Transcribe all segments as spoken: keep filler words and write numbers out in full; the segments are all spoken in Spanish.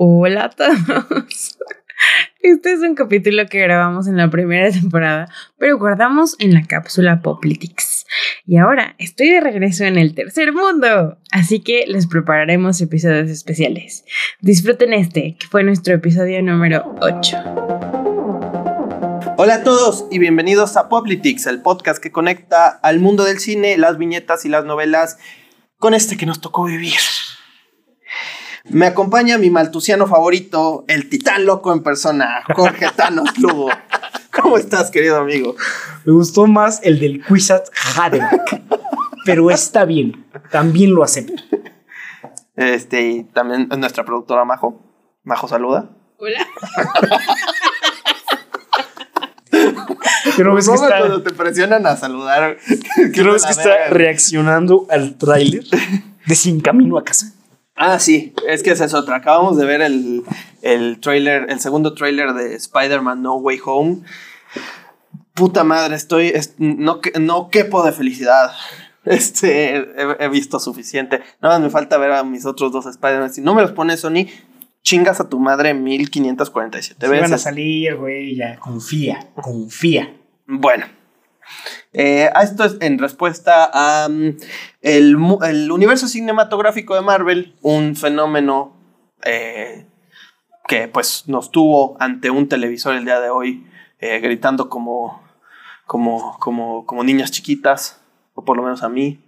Hola a todos. Este es un capítulo que grabamos en la primera temporada, pero guardamos en la cápsula Poplitics. Y ahora estoy de regreso en el tercer mundo, así que les prepararemos episodios especiales. Disfruten este, que fue nuestro episodio número ocho. Hola a todos y bienvenidos a Poplitics, el podcast que conecta al mundo del cine, las viñetas y las novelas con este que nos tocó vivir. Me acompaña mi maltusiano favorito, el titán loco en persona, Jorge Thanos Lugo. ¿Cómo estás, querido amigo? Me gustó más el del Kwisatz Haderach, pero está bien, también lo acepto. Este, y también nuestra productora Majo. Majo, saluda. Hola. Pero ves que está, cuando te presionan a saludar. creo que está reaccionando al tráiler de Sin Camino a Casa. Ah, sí, es que esa es otra. Acabamos de ver el, el trailer, el segundo trailer de Spider-Man No Way Home. Puta madre, estoy, es, no, no quepo de felicidad. Este, he, he visto suficiente. Nada más me falta ver a mis otros dos Spider-Man. Si no me los pones, Sony, chingas a tu madre mil quinientas cuarenta y siete Se veces. van a salir, güey, ya, confía, confía. Bueno. Eh, esto es en respuesta a um, el, el universo cinematográfico de Marvel, un fenómeno eh, que pues nos tuvo ante un televisor el día de hoy, eh, gritando como, como, como, como niñas chiquitas, o por lo menos a mí.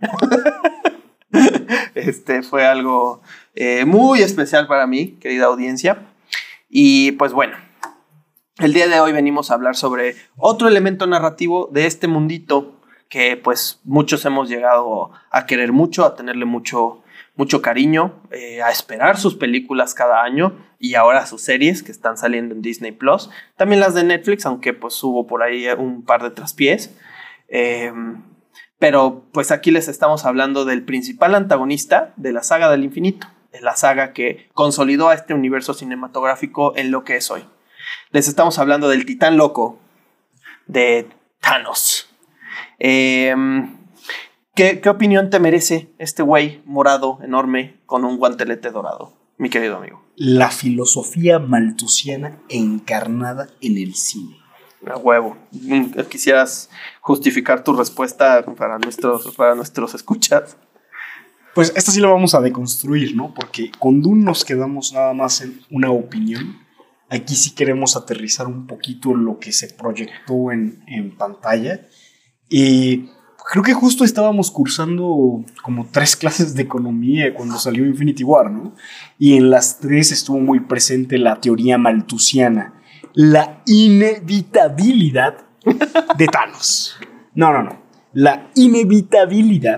Este fue algo eh, muy especial para mí, querida audiencia. Y pues bueno, el día de hoy venimos a hablar sobre otro elemento narrativo de este mundito que pues muchos hemos llegado a querer mucho, a tenerle mucho, mucho cariño, eh, a esperar sus películas cada año y ahora sus series que están saliendo en Disney Plus. También las de Netflix, aunque pues hubo por ahí un par de traspiés. Eh, pero pues aquí les estamos hablando del principal antagonista de la saga del infinito, de la saga que consolidó a este universo cinematográfico en lo que es hoy. Les estamos hablando del titán loco de Thanos. Eh, ¿qué, ¿Qué opinión te merece este güey morado, enorme, con un guantelete dorado, mi querido amigo? La filosofía maltusiana encarnada en el cine. A huevo. ¿Quisieras justificar tu respuesta para nuestros, para nuestros escuchas? Pues esta sí la vamos a deconstruir, ¿no? Porque con Dune nos quedamos nada más en una opinión. Aquí sí queremos aterrizar un poquito lo que se proyectó en, en pantalla. Y creo que justo estábamos cursando como tres clases de economía cuando salió Infinity War, ¿no? Y en las tres estuvo muy presente la teoría maltusiana. La inevitabilidad de Thanos. No, no, no. La inevitabilidad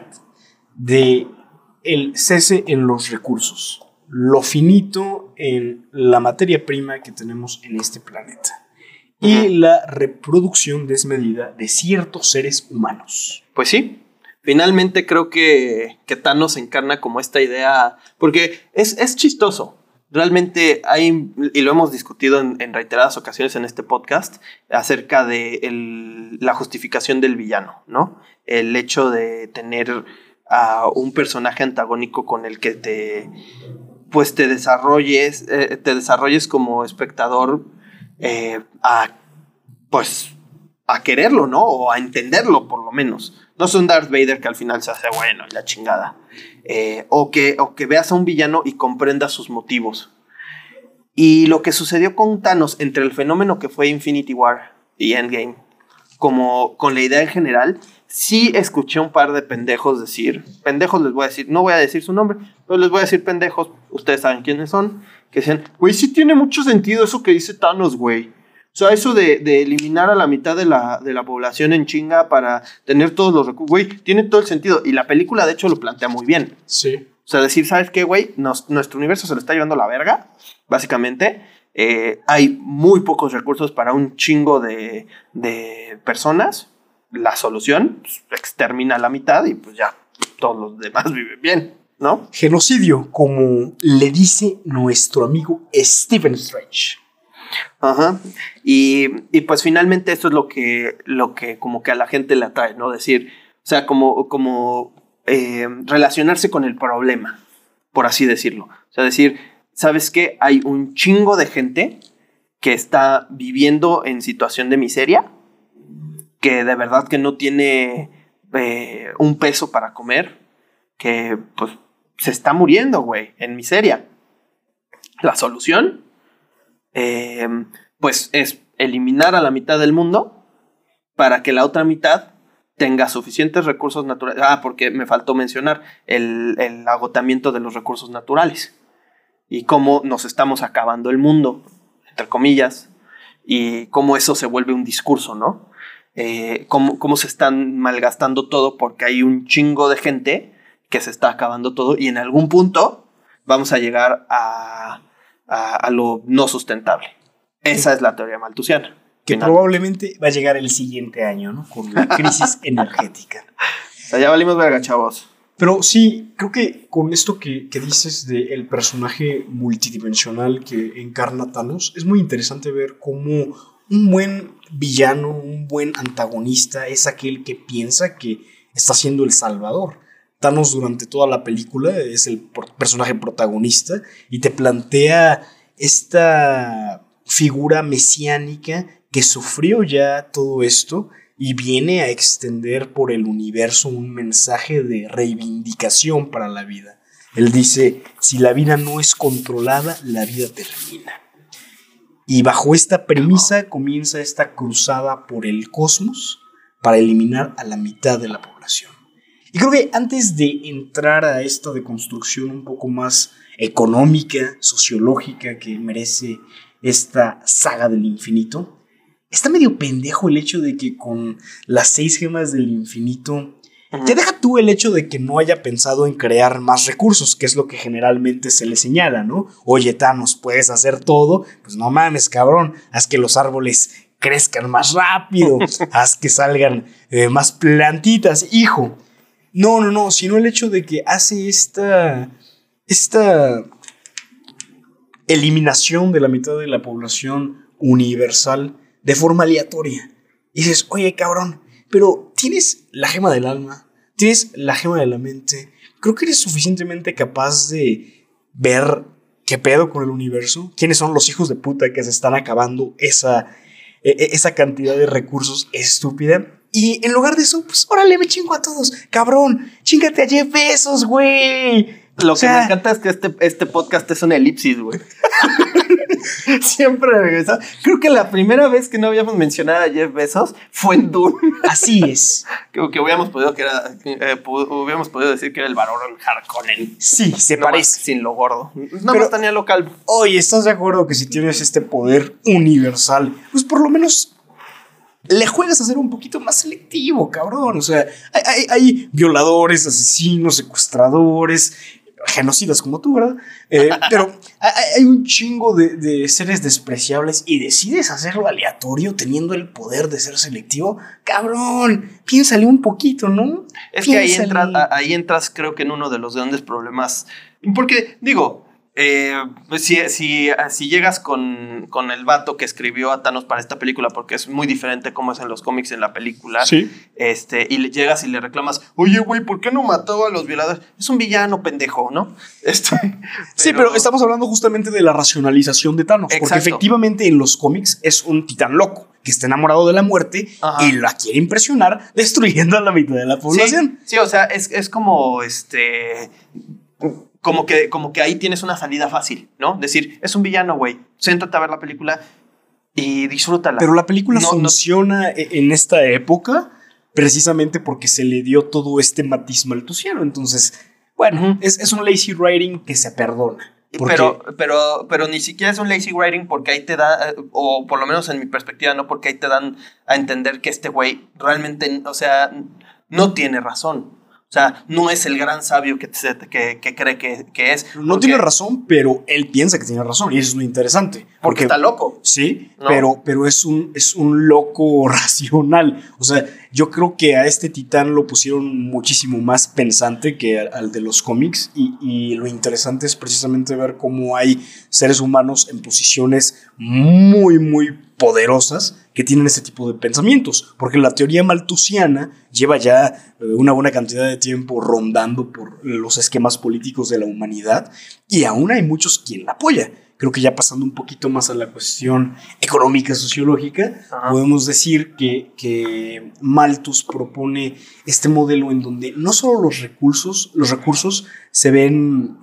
de el cese en los recursos. Lo finito en la materia prima que tenemos en este planeta y la reproducción desmedida de ciertos seres humanos. Pues sí, finalmente creo que, que Thanos encarna como esta idea, porque es, es chistoso. Realmente hay, y lo hemos discutido en, en reiteradas ocasiones en este podcast, acerca de el, la justificación del villano, ¿no? El hecho de tener a un personaje antagónico con el que te... pues te desarrolles, eh, te desarrolles como espectador eh, a, pues, a quererlo, ¿no? O a entenderlo, por lo menos. No es un Darth Vader que al final se hace bueno y la chingada. Eh, o, que, o que veas a un villano y comprendas sus motivos. Y lo que sucedió con Thanos entre el fenómeno que fue Infinity War y Endgame, como con la idea en general, sí escuché un par de pendejos decir, pendejos les voy a decir, no voy a decir su nombre, pero les voy a decir pendejos, ustedes saben quiénes son, que decían, güey, sí tiene mucho sentido eso que dice Thanos, güey. O sea, eso de, de eliminar a la mitad de la, de la población en chinga para tener todos los recursos, güey, tiene todo el sentido. Y la película, de hecho, lo plantea muy bien. Sí. O sea, decir, ¿sabes qué, güey? Nos, nuestro universo se lo está llevando a la verga, básicamente. Eh, hay muy pocos recursos para un chingo de, de personas. La solución, pues, extermina la mitad y pues ya todos los demás viven bien, ¿no? Genocidio, como le dice nuestro amigo Stephen Strange. Ajá. Y, y pues finalmente esto es lo que, lo que como que a la gente le atrae, ¿no? Decir, o sea, como, como eh, relacionarse con el problema, por así decirlo. O sea, decir, ¿sabes qué? Hay un chingo de gente que está viviendo en situación de miseria, que de verdad que no tiene eh, un peso para comer, que pues se está muriendo, güey, en miseria. La solución, eh, pues es eliminar a la mitad del mundo para que la otra mitad tenga suficientes recursos naturales. Ah, porque me faltó mencionar el, el agotamiento de los recursos naturales y cómo nos estamos acabando el mundo, entre comillas, y cómo eso se vuelve un discurso, ¿no? Eh, cómo, cómo se están malgastando todo porque hay un chingo de gente que se está acabando todo y en algún punto vamos a llegar a, a, a lo no sustentable. Esa es la teoría malthusiana. Que final. Probablemente va a llegar el siguiente año, ¿no? Con la crisis energética. O sea, ya valimos verga, chavos. Pero sí, creo que con esto que, que dices del personaje multidimensional que encarna Thanos, es muy interesante ver cómo un buen villano, un buen antagonista es aquel que piensa que está siendo el salvador. Thanos durante toda la película es el personaje protagonista y te plantea esta figura mesiánica que sufrió ya todo esto y viene a extender por el universo un mensaje de reivindicación para la vida. Él dice, si la vida no es controlada, la vida termina. Y bajo esta premisa comienza esta cruzada por el cosmos para eliminar a la mitad de la población. Y creo que antes de entrar a esta deconstrucción un poco más económica, sociológica que merece esta saga del infinito, está medio pendejo el hecho de que con las seis gemas del infinito te deja tú el hecho de que no haya pensado en crear más recursos, que es lo que generalmente se le señala, ¿no? Oye, Thanos, puedes hacer todo, pues no mames, cabrón, haz que los árboles crezcan más rápido, haz que salgan eh, más plantitas, hijo. No, no, no, sino el hecho de que hace esta, esta eliminación de la mitad de la población universal de forma aleatoria. Y dices, oye, cabrón, pero tienes la gema del alma, tienes la gema de la mente. Creo que eres suficientemente capaz de ver qué pedo con el universo, quiénes son los hijos de puta que se están acabando esa, esa cantidad de recursos estúpida. Y en lugar de eso, pues órale, me chingo a todos. Cabrón, chíngate a Jeff Bezos, güey. Lo o sea, que me encanta es que este, este podcast es una elipsis, güey. Siempre regresa. Creo que la primera vez que no habíamos mencionado a Jeff Bezos fue en Dune. Así es. Creo que hubiéramos podido, que era, eh, hubiéramos podido decir que era el Barón Harkonnen. Sí, se no parece. Sin lo gordo. No más tenía local. Oye, ¿estás de acuerdo que si tienes este poder universal, pues por lo menos le juegas a ser un poquito más selectivo, cabrón? O sea, hay, hay, hay violadores, asesinos, secuestradores, genocidas como tú, ¿verdad? Eh, pero hay, hay un chingo de, de seres despreciables y decides hacerlo aleatorio teniendo el poder de ser selectivo. Cabrón, piénsale un poquito, ¿no? Es piénsale. que ahí entras, ahí entras creo que en uno de los grandes problemas. Porque, digo, eh, si, si, si llegas con, con el vato que escribió a Thanos para esta película, porque es muy diferente cómo es en los cómics en la película, sí. este, y le llegas y le reclamas, oye, güey, ¿por qué no mató a los violadores? Es un villano pendejo, ¿no? Este, pero... Sí, pero estamos hablando justamente de la racionalización de Thanos. Exacto. Porque efectivamente en los cómics es un titán loco que está enamorado de la muerte. Ajá. Y la quiere impresionar destruyendo a la mitad de la población. Sí, sí, o sea, es, es como este... Como que, como que ahí tienes una salida fácil, ¿no? Decir, es un villano, güey. Siéntate a ver la película y disfrútala. Pero la película no, funciona no... en esta época precisamente porque se le dio todo este matiz malthusiano. Entonces, bueno, uh-huh. es, es un lazy writing que se perdona. Porque... Pero, pero, pero ni siquiera es un lazy writing porque ahí te da, o por lo menos en mi perspectiva, no, porque ahí te dan a entender que este güey realmente, o sea, no tiene razón. O sea, no es el gran sabio que, que, que cree que, que es. No porque, tiene razón, pero él piensa que tiene razón. Y eso es lo interesante. Porque, porque está loco. Sí, ¿no? pero, pero es, un, es un loco racional. O sea, yo creo que a este titán lo pusieron muchísimo más pensante que al, al de los cómics. Y, y lo interesante es precisamente ver cómo hay seres humanos en posiciones muy, muy poderosas que tienen ese tipo de pensamientos, porque la teoría malthusiana lleva ya una buena cantidad de tiempo rondando por los esquemas políticos de la humanidad y aún hay muchos quien la apoya. Creo que ya pasando un poquito más a la cuestión económica, sociológica, Ajá. podemos decir que, que Malthus propone este modelo en donde no solo los recursos, los recursos se ven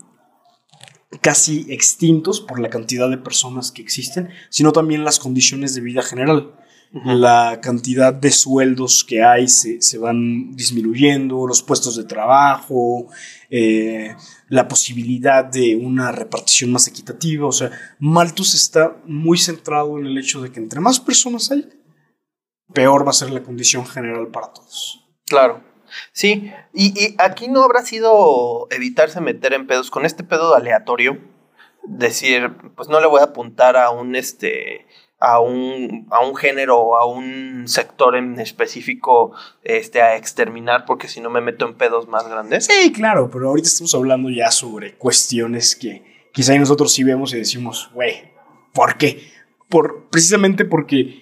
casi extintos por la cantidad de personas que existen, sino también las condiciones de vida general. Uh-huh. La cantidad de sueldos que hay se, se van disminuyendo, los puestos de trabajo, eh, la posibilidad de una repartición más equitativa. O sea, Malthus está muy centrado en el hecho de que entre más personas hay, peor va a ser la condición general para todos. Claro. Sí, y, y aquí no habrá sido evitarse meter en pedos con este pedo aleatorio, decir, pues no le voy a apuntar a un este a un a un género o a un sector en específico este a exterminar porque si no me meto en pedos más grandes. Sí, claro, pero ahorita estamos hablando ya sobre cuestiones que quizá nosotros sí vemos y decimos, güey, ¿por qué? Por, precisamente porque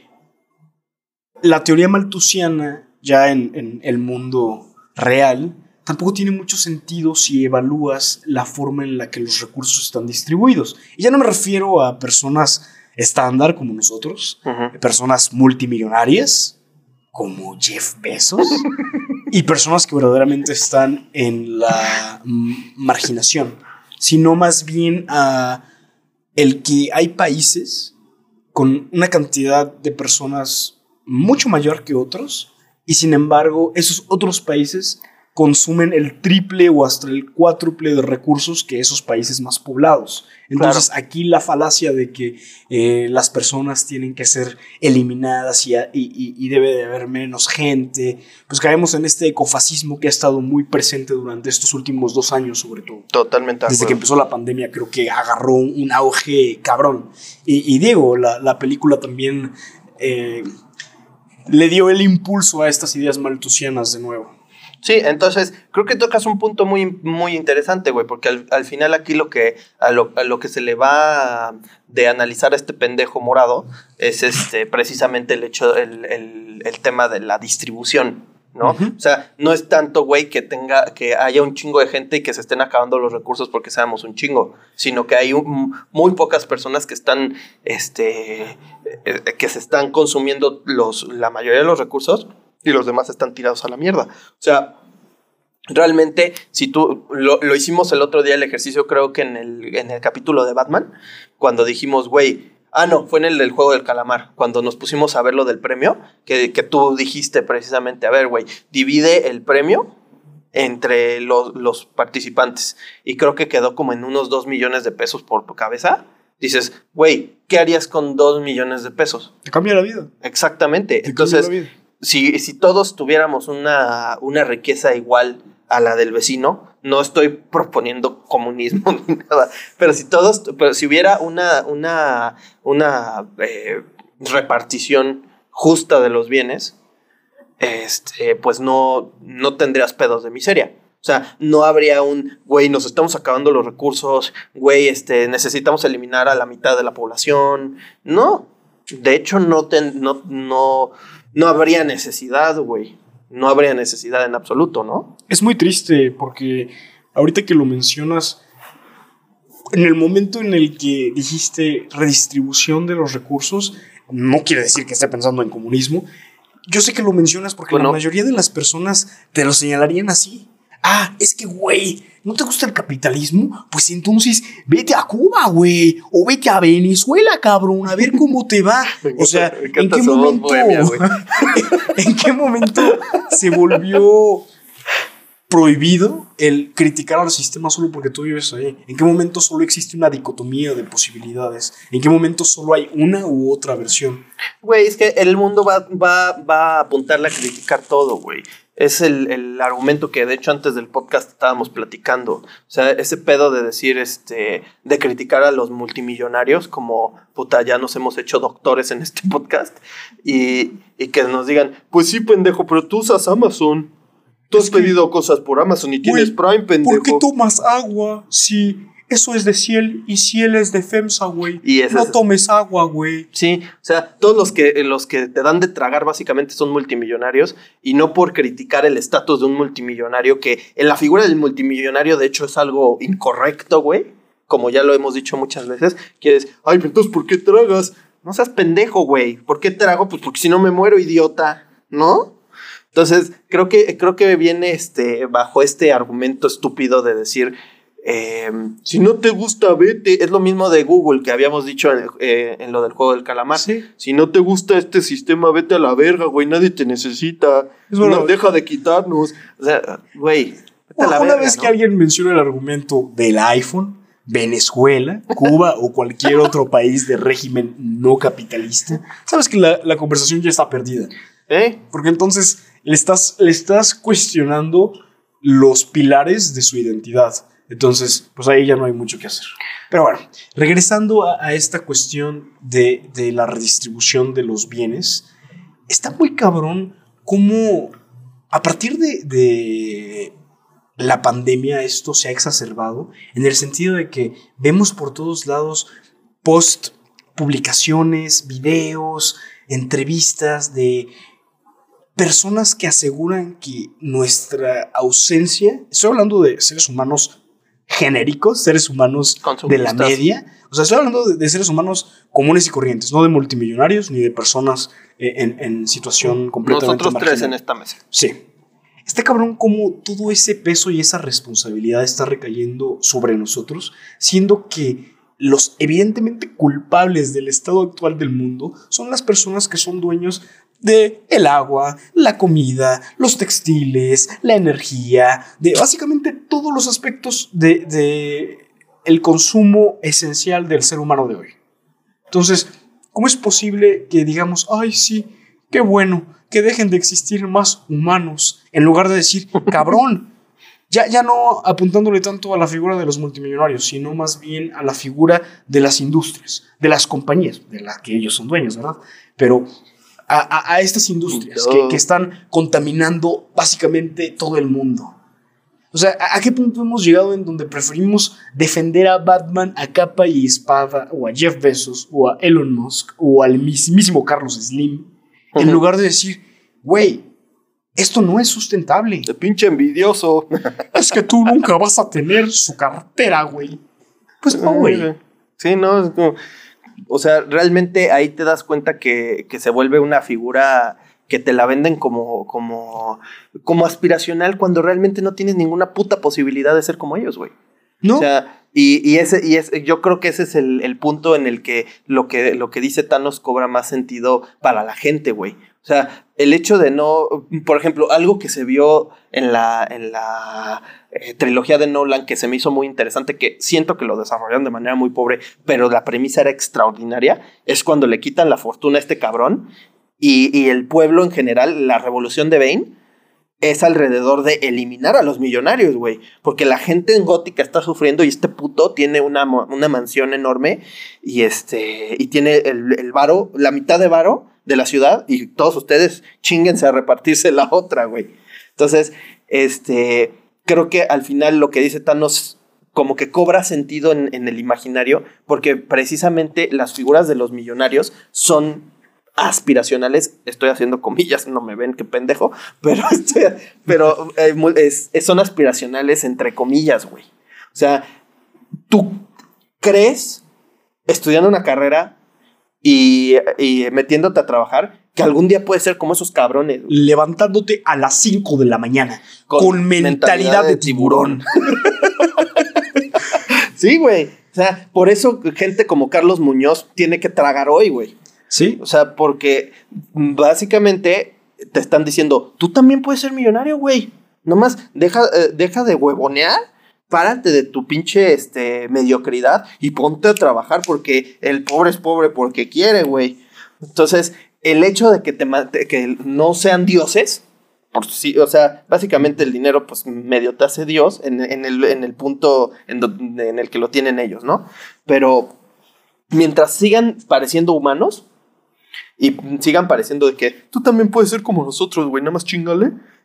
la teoría malthusiana ya en, en el mundo real tampoco tiene mucho sentido si evalúas la forma en la que los recursos están distribuidos. Y ya no me refiero a personas estándar como nosotros, uh-huh. personas multimillonarias como Jeff Bezos y personas que verdaderamente están en la m- marginación, sino más bien a el que hay países con una cantidad de personas mucho mayor que otros y sin embargo esos otros países consumen el triple o hasta el cuádruple de recursos que esos países más poblados. Entonces claro. aquí la falacia de que eh, las personas tienen que ser eliminadas y, y, y debe de haber menos gente, pues caemos en este ecofascismo que ha estado muy presente durante estos últimos dos años sobre todo. Totalmente. Desde que empezó la pandemia creo que agarró un auge cabrón. Y, y digo, la, la película también eh, le dio el impulso a estas ideas malthusianas de nuevo. Sí, entonces creo que tocas un punto muy, muy interesante, güey, porque al, al final aquí lo que, a lo, a lo que se le va de analizar a este pendejo morado es este, precisamente el hecho, el, el, el tema de la distribución, ¿no? Uh-huh. O sea, no es tanto, güey, que tenga, que haya un chingo de gente y que se estén acabando los recursos porque seamos un chingo, sino que hay un, muy pocas personas que están, este, eh, que se están consumiendo los, la mayoría de los recursos y los demás están tirados a la mierda. O sea, realmente, si tú, lo, lo hicimos el otro día el ejercicio, creo que en el, en el capítulo de Batman, cuando dijimos, güey, ah, no, fue en el del juego del calamar, cuando nos pusimos a ver lo del premio, que, que tú dijiste precisamente, a ver, güey, divide el premio entre los, los participantes, y creo que quedó como en unos dos millones de pesos por cabeza. Dices, güey, ¿qué harías con dos millones de pesos? Te cambia la vida. Exactamente. Te Entonces, Si, si todos tuviéramos una, una riqueza igual a la del vecino, no estoy proponiendo comunismo ni nada, pero si todos, pero si hubiera una, una, una eh, repartición justa de los bienes, este, pues no, no tendrías pedos de miseria. O sea, no habría un, güey, nos estamos acabando los recursos, güey, este, necesitamos eliminar a la mitad de la población. No, de hecho no, ten, no, no No habría necesidad, güey. No habría necesidad en absoluto, ¿no? Es muy triste porque ahorita que lo mencionas, en el momento en el que dijiste redistribución de los recursos, no quiere decir que esté pensando en comunismo. Yo sé que lo mencionas porque bueno, la mayoría de las personas te lo señalarían así. Ah, es que, güey, ¿no te gusta el capitalismo? Pues entonces vete a Cuba, güey. O vete a Venezuela, cabrón, a ver cómo te va. O sea, ¿en qué momento? Bohemia, ¿En qué momento se volvió prohibido el criticar al sistema solo porque tú vives ahí? ¿En qué momento solo existe una dicotomía de posibilidades? ¿En qué momento solo hay una u otra versión? Güey, es que el mundo va, va, va a apuntarle a criticar todo, güey. Es el, el argumento que de hecho antes del podcast estábamos platicando. O sea, ese pedo de decir, este, de criticar a los multimillonarios como, puta, ya nos hemos hecho doctores en este podcast. Y, y que nos digan, pues sí, pendejo, pero tú usas Amazon. Tú has pedido cosas por Amazon y tienes Prime, pendejo. ¿Por qué tomas agua si eso es de Ciel y Ciel es de FEMSA, güey? No es... tomes agua, güey. Sí, o sea, todos los que, los que te dan de tragar básicamente son multimillonarios, y no por criticar el estatus de un multimillonario, que en la figura del multimillonario de hecho es algo incorrecto, güey, como ya lo hemos dicho muchas veces, que es, ay, pero entonces ¿por qué tragas? No seas pendejo, güey. ¿Por qué trago? Pues porque si no me muero, idiota, ¿no? Entonces, creo que, creo que viene este, bajo este argumento estúpido de decir, eh, si no te gusta, vete. Es lo mismo de Google que habíamos dicho en, eh, en lo del juego del calamar. ¿Sí? Si no te gusta este sistema, vete a la verga, güey. Nadie te necesita. Es bueno, no, deja de quitarnos. O sea, güey, vete bueno, a la una verga, vez ¿no? que alguien menciona el argumento del iPhone, Venezuela, Cuba o cualquier otro país de régimen no capitalista, sabes que la, la conversación ya está perdida. ¿Eh? Porque entonces le estás, le estás cuestionando los pilares de su identidad. Entonces, pues ahí ya no hay mucho que hacer. Pero bueno, regresando a, a esta cuestión de, de la redistribución de los bienes, está muy cabrón cómo a partir de, de la pandemia esto se ha exacerbado, en el sentido de que vemos por todos lados post publicaciones, videos, entrevistas de personas que aseguran que nuestra ausencia, estoy hablando de seres humanos genéricos, seres humanos de la media, o sea, estoy hablando de, de seres humanos comunes y corrientes, no de multimillonarios ni de personas eh, en, en situación completamente Nosotros marginal. tres en esta mesa. Sí. Está cabrón cómo todo ese peso y esa responsabilidad está recayendo sobre nosotros, siendo que los evidentemente culpables del estado actual del mundo son las personas que son dueños de el agua, la comida, los textiles, la energía, de básicamente todos los aspectos de, de el consumo esencial del ser humano de hoy. Entonces, ¿cómo es posible que digamos, ay sí, qué bueno, que dejen de existir más humanos, en lugar de decir, cabrón, ya, ya no apuntándole tanto a la figura de los multimillonarios, sino más bien a la figura de las industrias, de las compañías, de las que ellos son dueños, ¿verdad? Pero a, a, a estas industrias que, que están contaminando básicamente todo el mundo. O sea, ¿a, ¿a qué punto hemos llegado en donde preferimos defender a Batman a capa y espada, o a Jeff Bezos, o a Elon Musk, o al mismísimo Carlos Slim, uh-huh, en lugar de decir, güey, esto no es sustentable? De pinche envidioso. Es que tú nunca vas a tener su cartera, güey. Pues no, güey. Sí, no, es como... O sea, realmente ahí te das cuenta que, que se vuelve una figura que te la venden como, como, como aspiracional, cuando realmente no tienes ninguna puta posibilidad de ser como ellos, güey. ¿No? O sea, y, y, ese, y ese, yo creo que ese es el, el punto en el que lo, que lo que dice Thanos cobra más sentido para la gente, güey. O sea, el hecho de no... Por ejemplo, algo que se vio en la, en la eh, trilogía de Nolan, que se me hizo muy interesante, que siento que lo desarrollaron de manera muy pobre, pero la premisa era extraordinaria, es cuando le quitan la fortuna a este cabrón y, y el pueblo en general, la revolución de Bane, es alrededor de eliminar a los millonarios, güey. Porque la gente en Gótica está sufriendo y este puto tiene una, una mansión enorme y, este, y tiene el, el varo, la mitad de varo de la ciudad, y todos ustedes chínguense a repartirse la otra, güey. Entonces, este, creo que al final lo que dice Thanos como que cobra sentido en, en el imaginario, porque precisamente las figuras de los millonarios son aspiracionales. Estoy haciendo comillas, no me ven, qué pendejo, pero, estoy, pero eh, es, es, son aspiracionales entre comillas, güey. O sea, tú crees, estudiando una carrera y, y metiéndote a trabajar, que algún día puedes ser como esos cabrones, güey. Levantándote a las cinco de la mañana con, con mentalidad, mentalidad de, de tiburón. Sí, güey. O sea, por eso gente como Carlos Muñoz tiene que tragar hoy, güey. Sí. O sea, porque básicamente te están diciendo, tú también puedes ser millonario, güey. Nomás deja, eh, deja de huevonear, párate de tu pinche este, mediocridad y ponte a trabajar, porque el pobre es pobre porque quiere, güey. Entonces, el hecho de que, te, que no sean dioses, por sí, o sea, básicamente el dinero pues medio te hace Dios en, en, el, en el punto en, do, en el que lo tienen ellos, ¿no? Pero mientras sigan pareciendo humanos y sigan pareciendo de que tú también puedes ser como nosotros, güey, nada más chingale,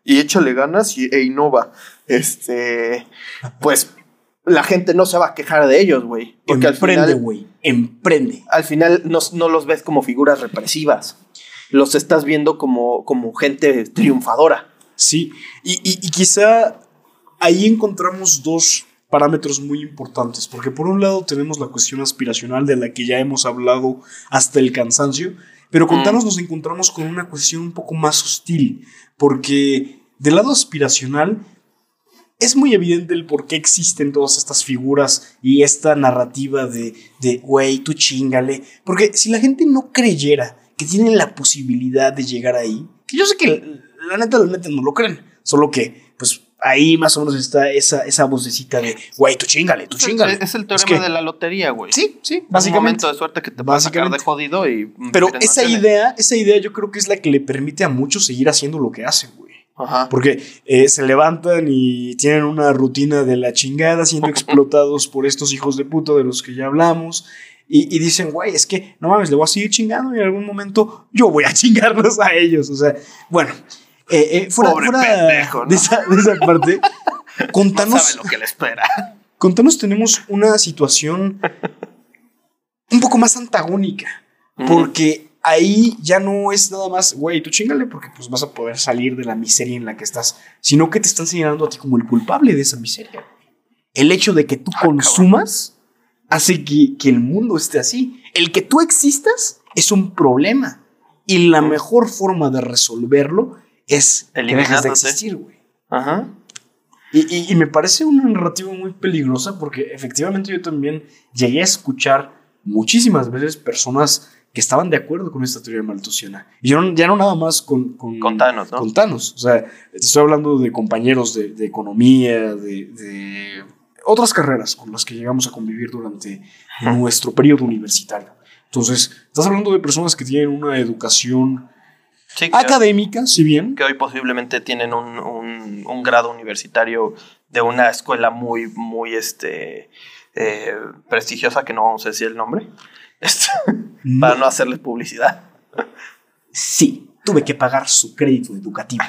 y échale ganas y, e innova, este, pues la gente no se va a quejar de ellos, güey. Porque emprende, al final, güey, emprende. Al final no, no los ves como figuras represivas, los estás viendo como, como gente triunfadora. Sí, y, y, y quizá ahí encontramos dos parámetros muy importantes, porque por un lado tenemos la cuestión aspiracional de la que ya hemos hablado hasta el cansancio, pero con Thanos mm. nos encontramos con una cuestión un poco más hostil, porque del lado aspiracional es muy evidente el por qué existen todas estas figuras y esta narrativa de, de güey, tú chíngale, porque si la gente no creyera que tienen la posibilidad de llegar ahí, que yo sé que la neta, la neta no lo creen, solo que pues ahí más o menos está esa, esa vocecita de güey, tú chíngale, tú chíngale. Es, es el teorema es que, de la lotería, güey. Sí, sí, básicamente. Un momento de suerte que te va a sacar de jodido y... Pero esa idea, esa idea yo creo que es la que le permite a muchos seguir haciendo lo que hacen, güey. Ajá. Porque eh, se levantan y tienen una rutina de la chingada siendo explotados por estos hijos de puta de los que ya hablamos. Y, y dicen, güey, es que no mames, le voy a seguir chingando y en algún momento yo voy a chingarlos a ellos. O sea, bueno, eh, eh, fuera, Pobre fuera pendejo, ¿no? de, esa, de esa parte, con Thanos, no sabe lo que le espera. Con Thanos tenemos una situación un poco más antagónica. Mm. Porque ahí ya no es nada más, güey, tú chingale porque pues vas a poder salir de la miseria en la que estás, sino que te están señalando a ti como el culpable de esa miseria. El hecho de que tú ah, consumas hace que, que el mundo esté así. El que tú existas es un problema. Y la mejor forma de resolverlo es que dejes de existir, güey. Ajá. Y, y, y me parece una narrativa muy peligrosa porque efectivamente yo también llegué a escuchar muchísimas veces personas que estaban de acuerdo con esta teoría malthusiana. Y yo no, ya no nada más con, con, con Thanos, ¿no? Con Thanos. O sea, te estoy hablando de compañeros de, de economía, de... de otras carreras con las que llegamos a convivir durante uh-huh. nuestro periodo universitario. Entonces, estás hablando de personas que tienen una educación sí, académica, hoy, si bien. Que hoy posiblemente tienen un, un, un grado universitario de una escuela muy, muy este, eh, prestigiosa, que no vamos a decir el nombre, este, no. para no hacerles publicidad. Sí, tuve que pagar su crédito educativo.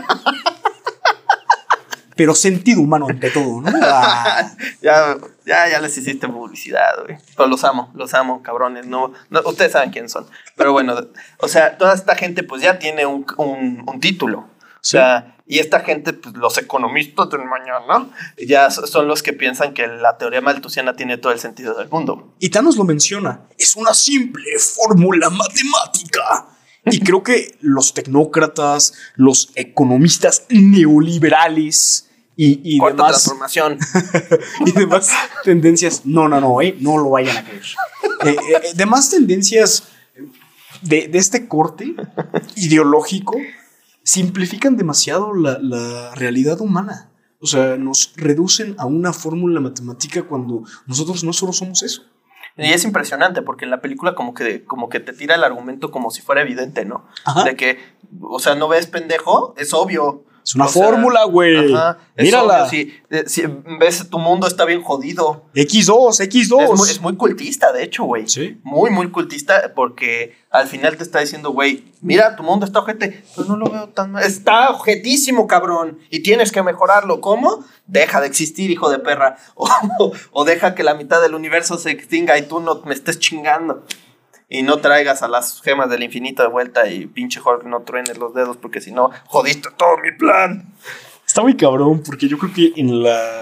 Pero sentido humano ante todo, ¿no? Ah. ya, ya, ya les hiciste publicidad, güey. Pero los amo, los amo, cabrones. No, no, ustedes saben quiénes son. Pero bueno, o sea, toda esta gente pues ya tiene un, un, un título. Sí. O sea, y esta gente, pues los economistas del mañana, ya son los que piensan que la teoría malthusiana tiene todo el sentido del mundo. Y Thanos lo menciona. Es una simple fórmula matemática. Y creo que los tecnócratas, los economistas neoliberales y, y Cuarta demás transformación y demás tendencias, no, no, no, eh, no lo vayan a creer. Eh, eh, demás tendencias de, de este corte ideológico simplifican demasiado la, la realidad humana. O sea, nos reducen a una fórmula matemática cuando nosotros no solo somos eso. Y es impresionante porque en la película como que, como que te tira el argumento como si fuera evidente, ¿no? Ajá. De que, o sea, ¿no ves pendejo? Es obvio. Es una o fórmula, güey. Mírala. Si, si ves, tu mundo está bien jodido. equis dos, equis dos. Es muy, es muy cultista, de hecho, güey. Sí. Muy, muy cultista porque al final te está diciendo, güey, mira, tu mundo está ojete. Pero no lo veo tan mal. Está ojetísimo, cabrón. Y tienes que mejorarlo. ¿Cómo? Deja de existir, hijo de perra. O, o, o deja que la mitad del universo se extinga y tú no me estés chingando. Y no traigas a las gemas del infinito de vuelta y pinche Hulk no truenes los dedos porque si no, jodiste todo mi plan. Está muy cabrón porque yo creo que en la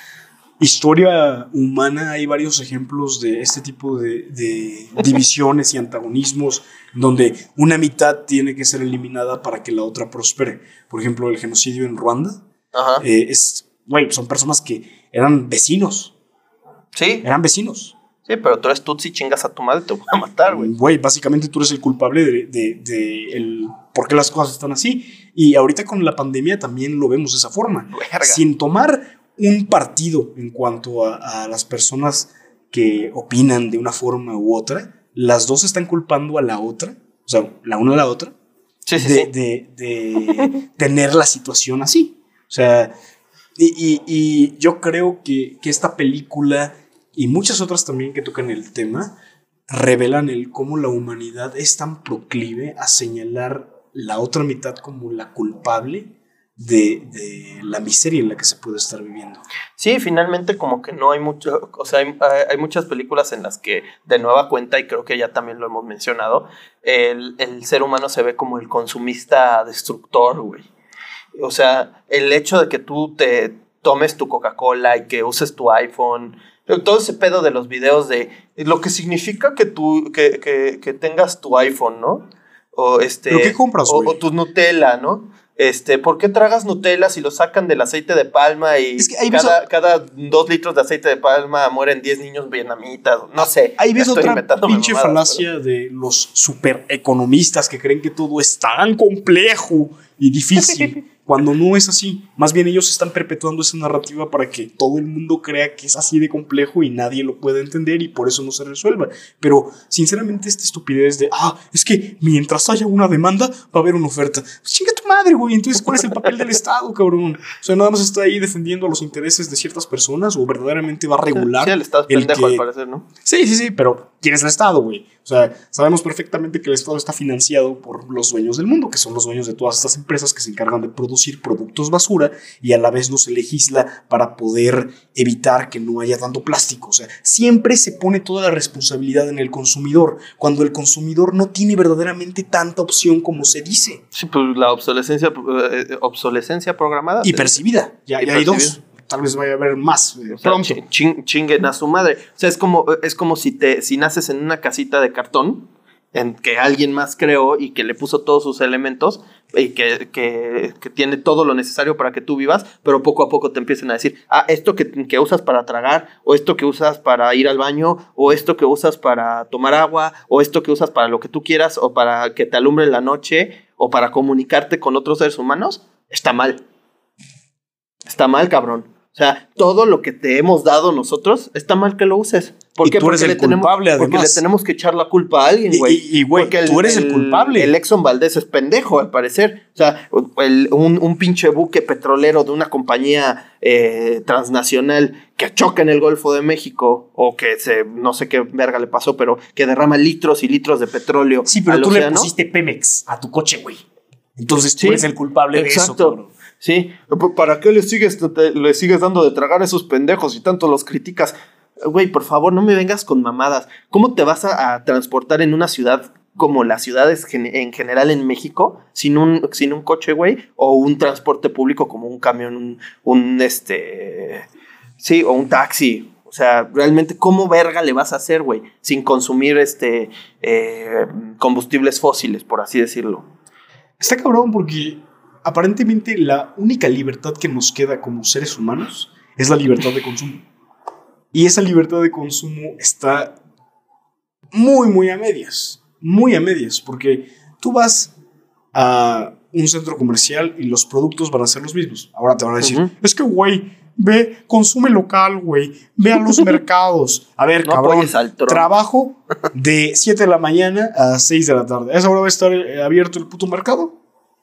historia humana hay varios ejemplos de este tipo de, de divisiones y antagonismos donde una mitad tiene que ser eliminada para que la otra prospere. Por ejemplo, el genocidio en Ruanda. Ajá. Eh, es, güey, son personas que eran vecinos. Sí. Eran vecinos. Sí, pero tú eres Tutsi, chingas a tu madre, te voy a matar, güey. Güey, básicamente tú eres el culpable de, de, de el por qué las cosas están así. Y ahorita con la pandemia también lo vemos de esa forma. Verga. Sin tomar un partido en cuanto a, a las personas que opinan de una forma u otra, las dos están culpando a la otra, o sea, la una a la otra, sí, sí, de, sí. de, de tener la situación así. O sea, y, y, y yo creo que, que esta película y muchas otras también que tocan el tema revelan el cómo la humanidad es tan proclive a señalar la otra mitad como la culpable de, de la miseria en la que se puede estar viviendo. Sí, finalmente como que no hay mucho, o sea, hay, hay muchas películas en las que de nueva cuenta, y creo que ya también lo hemos mencionado, el, el ser humano se ve como el consumista destructor, güey. O sea, el hecho de que tú te tomes tu Coca-Cola y que uses tu iPhone, todo ese pedo de los videos de lo que significa que tú, que, que, que tengas tu iPhone, ¿no? O este, ¿Pero qué compras, o, güey? o tu Nutella, ¿no? Este, ¿por qué tragas Nutella si lo sacan del aceite de palma y es que ahí cada, ves a... cada dos litros de aceite de palma mueren diez niños vietnamitas? No sé. Ahí ves estoy otra inventándome pinche mamadas, falacia pero... de los supereconomistas que creen que todo es tan complejo y difícil, cuando no es así. Más bien ellos están perpetuando esa narrativa para que todo el mundo crea que es así de complejo y nadie lo puede entender y por eso no se resuelva. Pero sinceramente esta estupidez de, ah, es que mientras haya una demanda va a haber una oferta. Pues chinga tu madre, güey. Entonces, ¿cuál es el papel del Estado, cabrón? O sea, nada más está ahí defendiendo los intereses de ciertas personas o verdaderamente va a regular. Sí, el Estado es pendejo, que... al parecer, ¿no? Sí, sí, sí, pero ¿quién es el Estado, güey? O sea, sabemos perfectamente que el Estado está financiado por los dueños del mundo, que son los dueños de todas estas empresas que se encargan de producir productos basura y a la vez no se legisla para poder evitar que no haya tanto plástico. O sea, siempre se pone toda la responsabilidad en el consumidor, cuando el consumidor no tiene verdaderamente tanta opción como se dice. Sí, pues la obsolescencia, eh, obsolescencia programada. Y percibida, ya, y ya hay percibida. dos. Tal vez vaya a haber más eh, o sea, pronto. Ching, chinguen a su madre. O sea, es como, es como si, te, si naces en una casita de cartón en que alguien más creó y que le puso todos sus elementos y que, que, que tiene todo lo necesario para que tú vivas, pero poco a poco te empiezan a decir, ah, esto que, que usas para tragar, o esto que usas para ir al baño, o esto que usas para tomar agua, o esto que usas para lo que tú quieras, o para que te alumbre la noche, o para comunicarte con otros seres humanos, está mal. Está mal, cabrón. O sea, todo lo que te hemos dado nosotros, está mal que lo uses. ¿Por y qué? tú eres porque el le culpable, tenemos, Porque además. le tenemos que echar la culpa a alguien, güey. Y, y, güey, tú eres el, el culpable. El Exxon Valdez es pendejo, al parecer. O sea, el, un, un pinche buque petrolero de una compañía eh, transnacional que choca en el Golfo de México, o que se, no sé qué verga le pasó, pero que derrama litros y litros de petróleo. Sí, pero al tú océano. le pusiste Pemex a tu coche, güey. Entonces tú Sí, eres el culpable exacto. de eso, cabrón. Sí, ¿para qué le sigues, te, le sigues dando de tragar a esos pendejos y tanto los criticas? Güey, por favor, no me vengas con mamadas. ¿Cómo te vas a, a transportar en una ciudad como las ciudades gen- en general en México sin un, sin un coche, güey? O un transporte público como un camión, un, un este... Sí, o un taxi. O sea, realmente, ¿cómo verga le vas a hacer, güey? Sin consumir este eh, combustibles fósiles, por así decirlo. Está cabrón porque aparentemente la única libertad que nos queda como seres humanos es la libertad de consumo. Y esa libertad de consumo está muy, muy a medias. Muy a medias, porque tú vas a un centro comercial y los productos van a ser los mismos. Ahora te van a decir, uh-huh. es que, güey, ve, consume local, güey. Ve a los mercados. A ver, no cabrón, trabajo de siete de la mañana a seis de la tarde. ¿A esa hora va a estar abierto el puto mercado?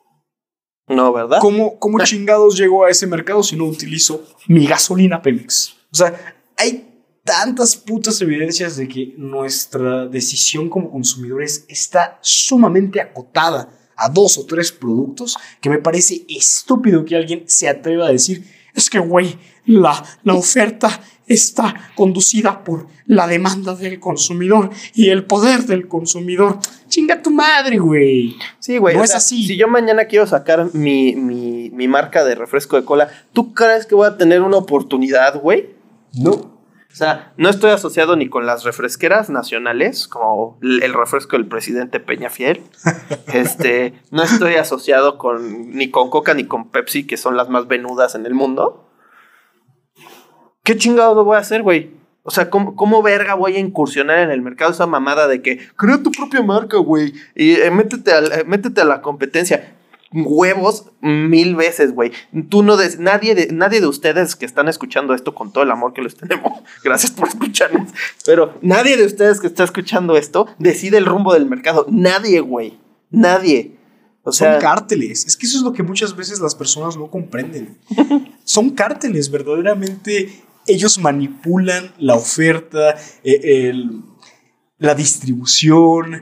No, ¿verdad? ¿Cómo, cómo chingados llego a ese mercado si no utilizo mi gasolina Pemex? O sea, hay tantas putas evidencias de que nuestra decisión como consumidores está sumamente acotada a dos o tres productos que me parece estúpido que alguien se atreva a decir, es que, güey, la, la oferta está conducida por la demanda del consumidor y el poder del consumidor. Chinga tu madre, güey. Sí, güey. No o es sea, así. Si yo mañana quiero sacar mi, mi, mi marca de refresco de cola, ¿tú crees que voy a tener una oportunidad, güey? No. O sea, no estoy asociado ni con las refresqueras nacionales, como el refresco del presidente Peñafiel. este, no estoy asociado con ni con Coca ni con Pepsi, que son las más venudas en el mundo. ¿Qué chingados lo voy a hacer, güey? O sea, ¿cómo, ¿cómo verga voy a incursionar en el mercado? Esa mamada de que crea tu propia marca, güey, y eh, métete, a, eh, métete a la competencia. Huevos mil veces, güey. Tú no des, nadie, de, nadie de ustedes que están escuchando esto con todo el amor que les tenemos, gracias por escucharnos, pero nadie de ustedes que está escuchando esto decide el rumbo del mercado. Nadie, güey. Nadie. O sea, son cárteles. Es que eso es lo que muchas veces las personas no comprenden. Son cárteles, verdaderamente. Ellos manipulan la oferta, eh, el, la distribución,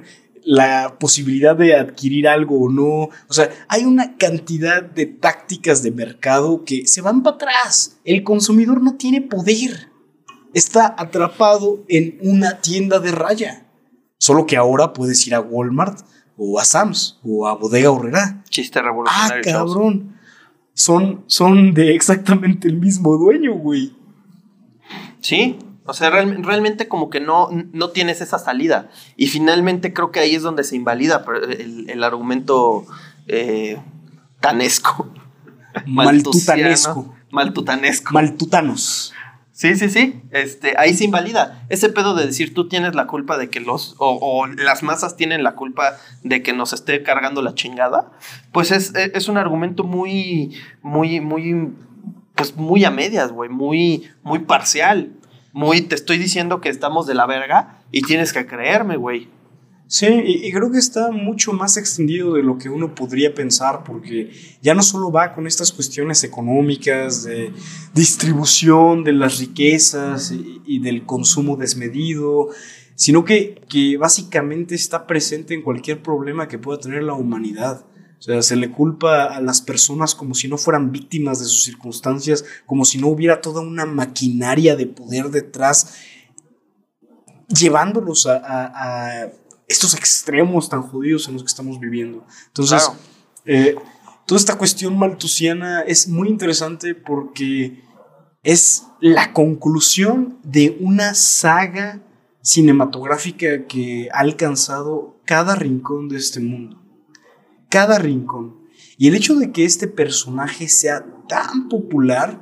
la posibilidad de adquirir algo o no. O sea, hay una cantidad de tácticas de mercado que se van para atrás. El consumidor no tiene poder. Está atrapado en una tienda de raya. Solo que ahora puedes ir a Walmart o a Sam's o a Bodega Aurrerá. Chiste revolucionario. Ah, cabrón. Son, son de exactamente el mismo dueño, güey. Sí. O sea, real, realmente como que no, no tienes esa salida. Y finalmente creo que ahí es donde se invalida el, el argumento eh, tanesco. Maltutanesco. Maltutanesco. Maltutanos. Sí, sí, sí. Este, ahí se invalida. Ese pedo de decir tú tienes la culpa de que los... O, o las masas tienen la culpa de que nos esté cargando la chingada. Pues es, es un argumento muy, muy, muy... Pues muy a medias, güey. Muy, muy parcial. Muy, te estoy diciendo que estamos de la verga y tienes que creerme, güey. Sí, y, y creo que está mucho más extendido de lo que uno podría pensar, porque ya no solo va con estas cuestiones económicas, de distribución de las riquezas y, y del consumo desmedido, sino que, que básicamente está presente en cualquier problema que pueda tener la humanidad. O sea, se le culpa a las personas como si no fueran víctimas de sus circunstancias, como si no hubiera toda una maquinaria de poder detrás, llevándolos a, a, a estos extremos tan jodidos en los que estamos viviendo. Entonces, claro. eh, toda esta cuestión malthusiana es muy interesante porque es la conclusión de una saga cinematográfica que ha alcanzado cada rincón de este mundo. Cada rincón. Y el hecho de que este personaje sea tan popular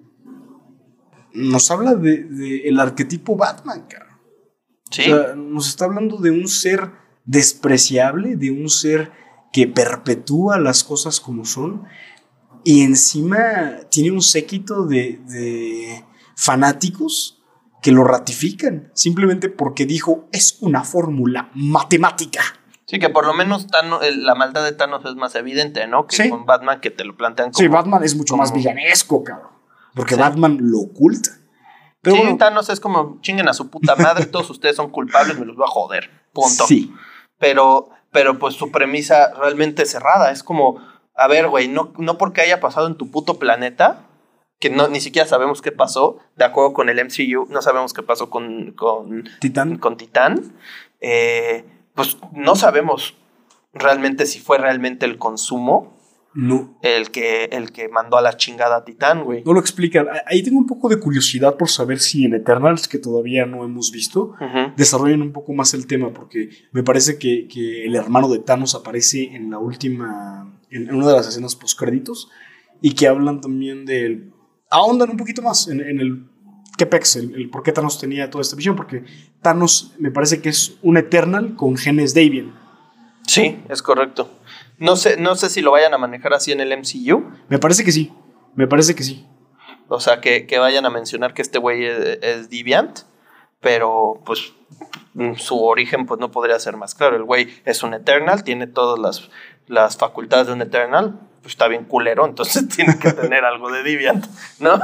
nos habla de, de el arquetipo Batman, cara. ¿Sí? O sea, nos está hablando de un ser despreciable, de un ser que perpetúa las cosas como son, y encima tiene un séquito de, de fanáticos que lo ratifican, simplemente porque dijo, es una fórmula matemática. Sí, que por lo menos Thanos, la maldad de Thanos es más evidente, ¿no? Que sí. Con Batman, que te lo plantean como... Sí, Batman es mucho como... más villanesco, cabrón, porque sí. Batman lo oculta. Pero sí, bueno, Thanos es como, chinguen a su puta madre, todos ustedes son culpables, me los voy a joder, punto. Sí. Pero, pero pues su premisa realmente es cerrada, es como, a ver, güey, no, no porque haya pasado en tu puto planeta, que no, ni siquiera sabemos qué pasó, de acuerdo con el M C U, no sabemos qué pasó con, con Titán, con Titán eh, pues no sabemos realmente si fue realmente el consumo. No. El que, el que mandó a la chingada a Titán, güey. No lo explican. Ahí tengo un poco de curiosidad por saber si en Eternals, que todavía no hemos visto, uh-huh. desarrollan un poco más el tema, porque me parece que, que el hermano de Thanos aparece en la última, en una de las escenas postcréditos, y que hablan también del... ahondan un poquito más en, en el qué pex, el, el por qué Thanos tenía toda esta visión, porque Thanos me parece que es un Eternal con genes Davian. Sí, es correcto. No sé, no sé si lo vayan a manejar así en el M C U. Me parece que sí, me parece que sí. O sea, que, que vayan a mencionar que este güey es, es Deviant, pero pues su origen pues no podría ser más claro. El güey es un Eternal, tiene todas las, las facultades de un Eternal, pues está bien culero, entonces tiene que tener algo de Deviant, ¿no?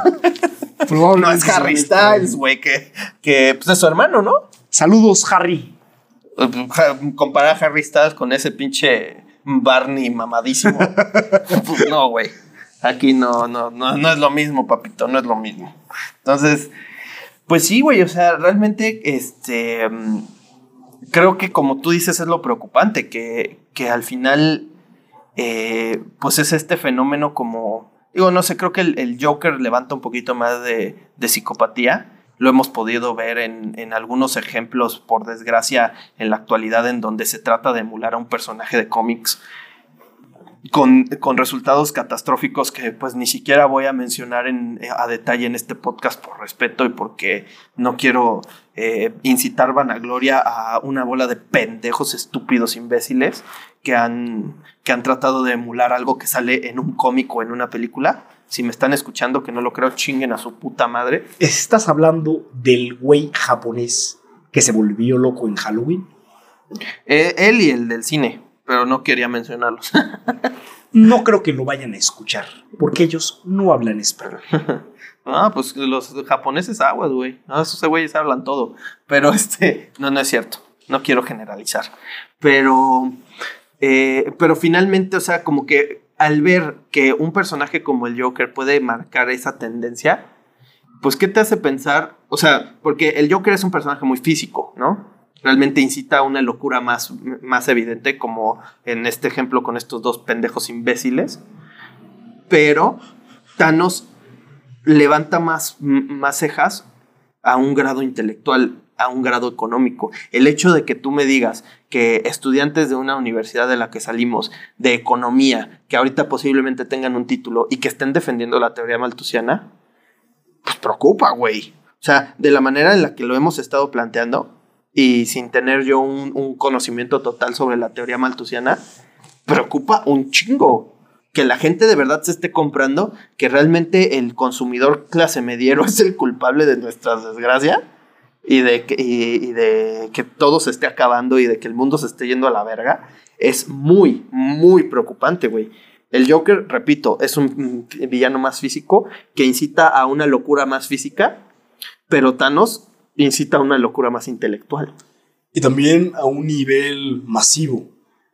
No es Harry Styles, güey, que, que pues es su hermano, ¿no? Saludos, Harry. Comparar a Harry Styles con ese pinche Barney mamadísimo, pues no, güey. Aquí no, no, no, no es lo mismo, papito, no es lo mismo. Entonces, pues sí, güey, o sea, realmente, este, creo que como tú dices es lo preocupante, que, que al final, eh, pues es este fenómeno como, digo, no sé, creo que el, el Joker levanta un poquito más de, de psicopatía. Lo hemos podido ver en, en algunos ejemplos, por desgracia, en la actualidad, en donde se trata de emular a un personaje de cómics con, con resultados catastróficos que pues ni siquiera voy a mencionar en, a detalle en este podcast por respeto y porque no quiero eh, incitar vanagloria a una bola de pendejos estúpidos imbéciles que han, que han tratado de emular algo que sale en un cómic o en una película. Si me están escuchando, que no lo creo, chinguen a su puta madre. ¿Estás hablando del güey japonés que se volvió loco en Halloween? Eh, él y el del cine, pero no quería mencionarlos. No creo que lo vayan a escuchar, porque ellos no hablan español. Ah, pues los japoneses aguas, güey. No, esos güeyes hablan todo. Pero este, no, no es cierto. No quiero generalizar. Pero, eh, pero finalmente, o sea, como que al ver que un personaje como el Joker puede marcar esa tendencia, pues, ¿qué te hace pensar? O sea, porque el Joker es un personaje muy físico, ¿no? Realmente incita a una locura más, más evidente, como en este ejemplo con estos dos pendejos imbéciles. Pero Thanos levanta más, más cejas a un grado intelectual, a un grado económico. El hecho de que tú me digas que estudiantes de una universidad de la que salimos, de economía, que ahorita posiblemente tengan un título y que estén defendiendo la teoría malthusiana, pues preocupa, güey. O sea, de la manera en la que lo hemos estado planteando y sin tener yo un, un conocimiento total sobre la teoría malthusiana, preocupa un chingo. Que la gente de verdad se esté comprando, que realmente el consumidor clase mediero es el culpable de nuestra desgracia y de que, y, y de que todo se esté acabando y de que el mundo se esté yendo a la verga, es muy, muy preocupante, güey. El Joker, repito, es un villano más físico que incita a una locura más física, pero Thanos incita a una locura más intelectual. Y también a un nivel masivo.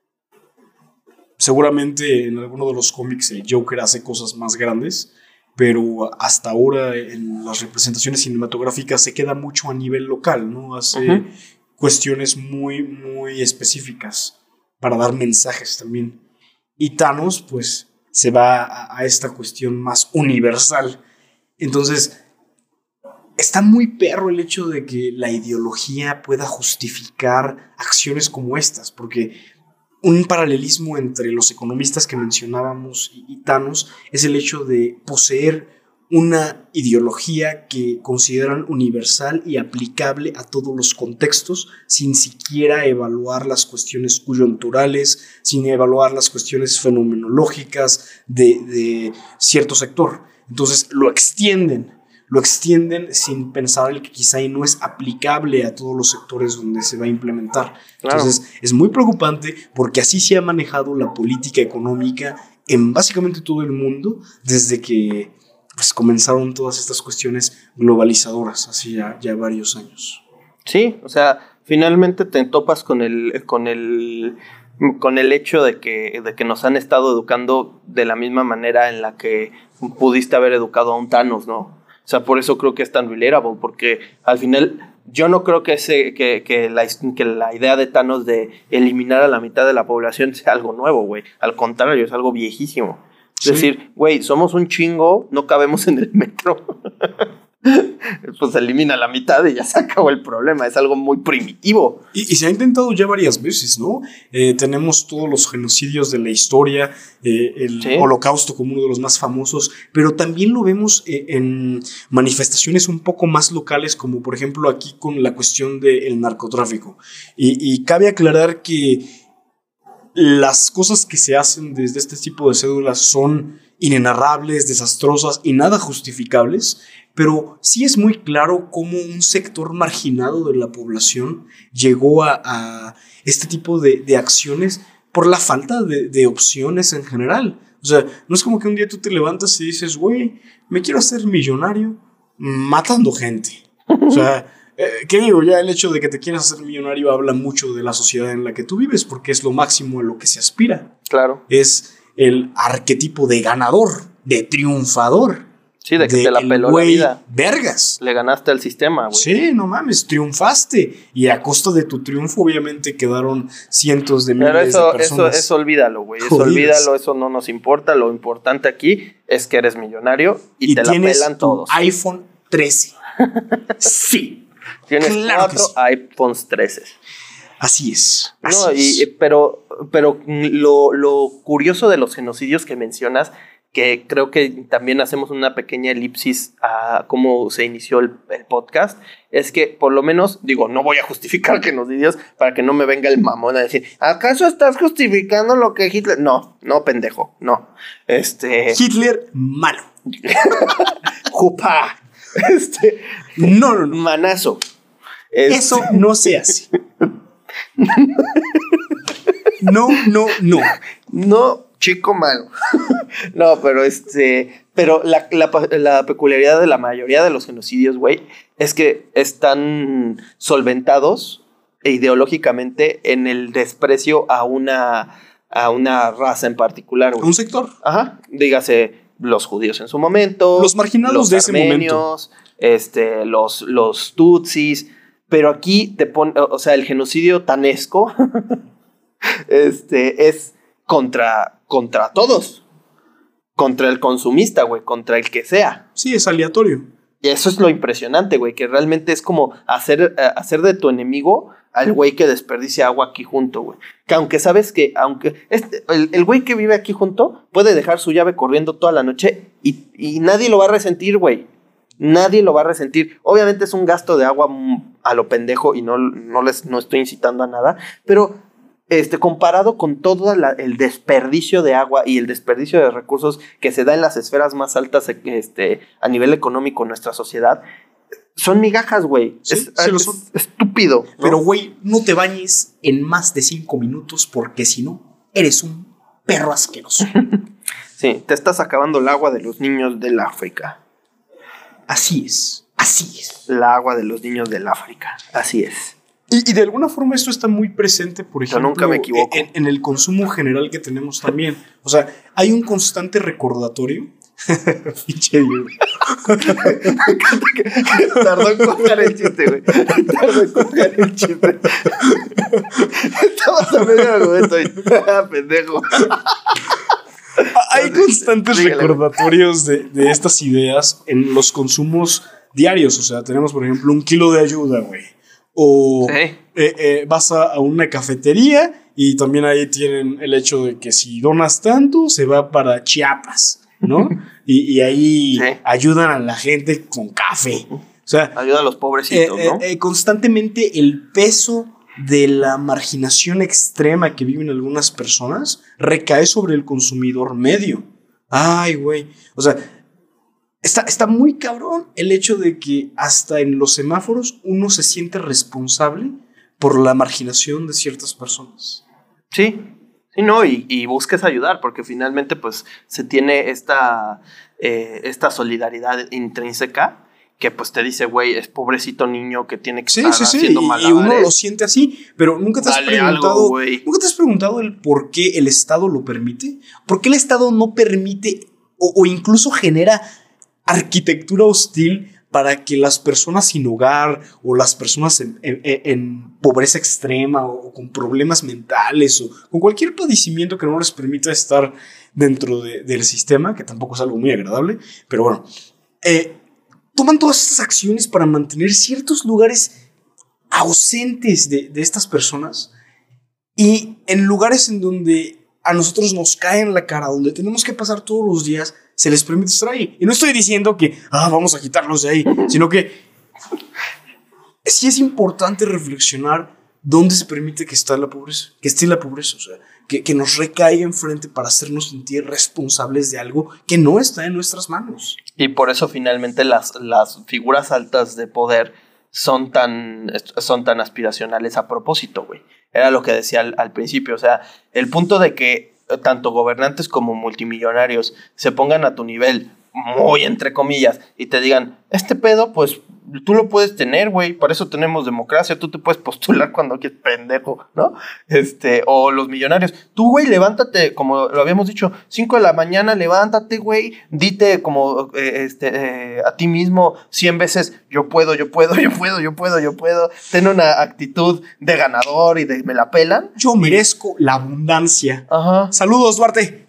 Seguramente en alguno de los cómics el Joker hace cosas más grandes, pero hasta ahora en las representaciones cinematográficas se queda mucho a nivel local, ¿no? Hace uh-huh. cuestiones muy, muy específicas para dar mensajes también. Y Thanos, pues, se va a, a esta cuestión más universal. Entonces, está muy perro el hecho de que la ideología pueda justificar acciones como estas, porque un paralelismo entre los economistas que mencionábamos y, y Thanos es el hecho de poseer una ideología que consideran universal y aplicable a todos los contextos, sin siquiera evaluar las cuestiones coyunturales, sin evaluar las cuestiones fenomenológicas de, de cierto sector. Entonces lo extienden, lo extienden sin pensar el que quizá no es aplicable a todos los sectores donde se va a implementar. Claro. Entonces es muy preocupante porque así se ha manejado la política económica en básicamente todo el mundo desde que pues, comenzaron todas estas cuestiones globalizadoras hace ya, ya varios años. Sí, o sea, finalmente te topas con el, con el, con el hecho de que, de que nos han estado educando de la misma manera en la que pudiste haber educado a un Thanos, ¿no? O sea, por eso creo que es tan relatable, porque al final yo no creo que, ese, que, que, la, que la idea de Thanos de eliminar a la mitad de la población sea algo nuevo, güey. Al contrario, es algo viejísimo. Sí. Es decir, güey, somos un chingo, no cabemos en el metro. Pues elimina la mitad y ya se acabó el problema. Es algo muy primitivo. Y, y se ha intentado ya varias veces, ¿no? Eh, tenemos todos los genocidios de la historia, eh, el ¿Sí? Holocausto como uno de los más famosos, pero también lo vemos eh, en manifestaciones un poco más locales, como por ejemplo aquí con la cuestión del narcotráfico. Y, y cabe aclarar que las cosas que se hacen desde este tipo de cédulas son inenarrables, desastrosas y nada justificables, pero sí es muy claro cómo un sector marginado de la población llegó a, a este tipo de, de acciones por la falta de, de opciones en general. O sea, no es como que un día tú te levantas y dices, güey, me quiero hacer millonario matando gente. O sea, eh, ¿qué digo? Ya el hecho de que te quieras hacer millonario habla mucho de la sociedad en la que tú vives, porque es lo máximo a lo que se aspira. Claro. Es el arquetipo de ganador, de triunfador. Sí, de que de te la peló la vida. Vergas. Le ganaste al sistema, güey. Sí, no mames, triunfaste. Y a costa de tu triunfo, obviamente, quedaron cientos de miles Pero eso, de personas. Eso, eso olvídalo, güey. Eso olvídalo, eso no nos importa. Lo importante aquí es que eres millonario y, y te la pelan todos. iPhone trece. Sí. Tienes claro cuatro sí. iPhones trece. Así es. Así no, y, es. Pero, pero lo, lo curioso de los genocidios que mencionas, que creo que también hacemos una pequeña elipsis a cómo se inició el, el podcast, es que por lo menos, digo, no voy a justificar genocidios para que no me venga el mamón a decir, ¿acaso estás justificando lo que Hitler? No, no, pendejo, no. Este... Hitler, malo. Jupa. Este... No, no, no. Manazo. Este... Eso no se hace. No, no, no. No, chico malo. No, pero este... Pero la, la, la peculiaridad de la mayoría de los genocidios, güey, es que están solventados ideológicamente en el desprecio a una, a una raza en particular, güey. Un sector. Ajá, dígase los judíos en su momento. Los marginados los de ese momento. Este, los, los tutsis. Pero aquí te pone, o sea, el genocidio tanesco este, es contra, contra todos. Contra el consumista, güey, contra el que sea. Sí, es aleatorio. Y eso es lo impresionante, güey, que realmente es como hacer, hacer de tu enemigo al güey que desperdicia agua aquí junto, güey. Que aunque sabes que, aunque este, el, el güey que vive aquí junto puede dejar su llave corriendo toda la noche y, y nadie lo va a resentir, güey. Nadie lo va a resentir. Obviamente es un gasto de agua a lo pendejo y no, no les no estoy incitando a nada, pero este, comparado con todo la, el desperdicio de agua y el desperdicio de recursos que se da en las esferas más altas este, a nivel económico en nuestra sociedad, son migajas, güey. Sí, es, sí lo es son. Estúpido, ¿no? Pero, güey, no te bañes en más de cinco minutos porque si no, eres un perro asqueroso. Sí, te estás acabando el agua de los niños del África. Así es, así es. La agua de los niños del África, así es. Y, y de alguna forma esto está muy presente, por ejemplo, Yo nunca me equivoco. En, en el consumo general que tenemos también. O sea, hay un constante recordatorio. Pinche Dios. Tardó en coger el chiste, güey. Tardó en coger el chiste. Estabas a medio argumento y... pendejo. Hay constantes Dígale. recordatorios de, de estas ideas en los consumos diarios. O sea, tenemos, por ejemplo, un kilo de ayuda, güey. O Sí. eh, eh, vas a, a una cafetería y también ahí tienen el hecho de que si donas tanto, se va para Chiapas, ¿no? y, y ahí Sí. ayudan a la gente con café. O sea, Ayuda a los pobrecitos, eh, ¿no? eh, eh, constantemente el peso de la marginación extrema que viven algunas personas recae sobre el consumidor medio. Ay, güey. O sea, está, está muy cabrón el hecho de que hasta en los semáforos uno se siente responsable por la marginación de ciertas personas. Sí, sí, no, y, y busques ayudar, porque finalmente, pues, se tiene esta, eh, esta solidaridad intrínseca que, pues, te dice, güey, es pobrecito niño que tiene que Sí, estar sí, sí. haciendo Y, y malabares. uno lo siente así, pero nunca te has Dale preguntado, algo, güey. nunca te has preguntado el por qué el Estado lo permite. ¿Por qué el Estado no permite o, o incluso genera arquitectura hostil para que las personas sin hogar o las personas en, en, en pobreza extrema o con problemas mentales o con cualquier padecimiento que no les permita estar dentro de, del sistema, que tampoco es algo muy agradable, pero bueno, eh, toman todas estas acciones para mantener ciertos lugares ausentes de, de estas personas y en lugares en donde a nosotros nos cae en la cara, donde tenemos que pasar todos los días, se les permite estar ahí. Y no estoy diciendo que ah, vamos a quitarlos de ahí, sino que sí es importante reflexionar dónde se permite que esté la pobreza, que esté la pobreza, o sea, que, que nos recaiga enfrente para hacernos sentir responsables de algo que no está en nuestras manos. Y por eso finalmente las, las figuras altas de poder son tan, son tan aspiracionales a propósito, güey. Era lo que decía al, al principio, o sea, el punto de que tanto gobernantes como multimillonarios se pongan a tu nivel, muy entre comillas, y te digan, este pedo, pues, tú lo puedes tener, güey, para eso tenemos democracia, tú te puedes postular cuando quieres, pendejo, ¿no? Este, o los millonarios, tú, güey, levántate, como lo habíamos dicho, cinco de la mañana, levántate, güey, dite como, eh, este, eh, a ti mismo cien veces, yo puedo, yo puedo, yo puedo, yo puedo, yo puedo, ten una actitud de ganador y de me la pelan. Yo merezco la abundancia. Ajá. Saludos, Duarte.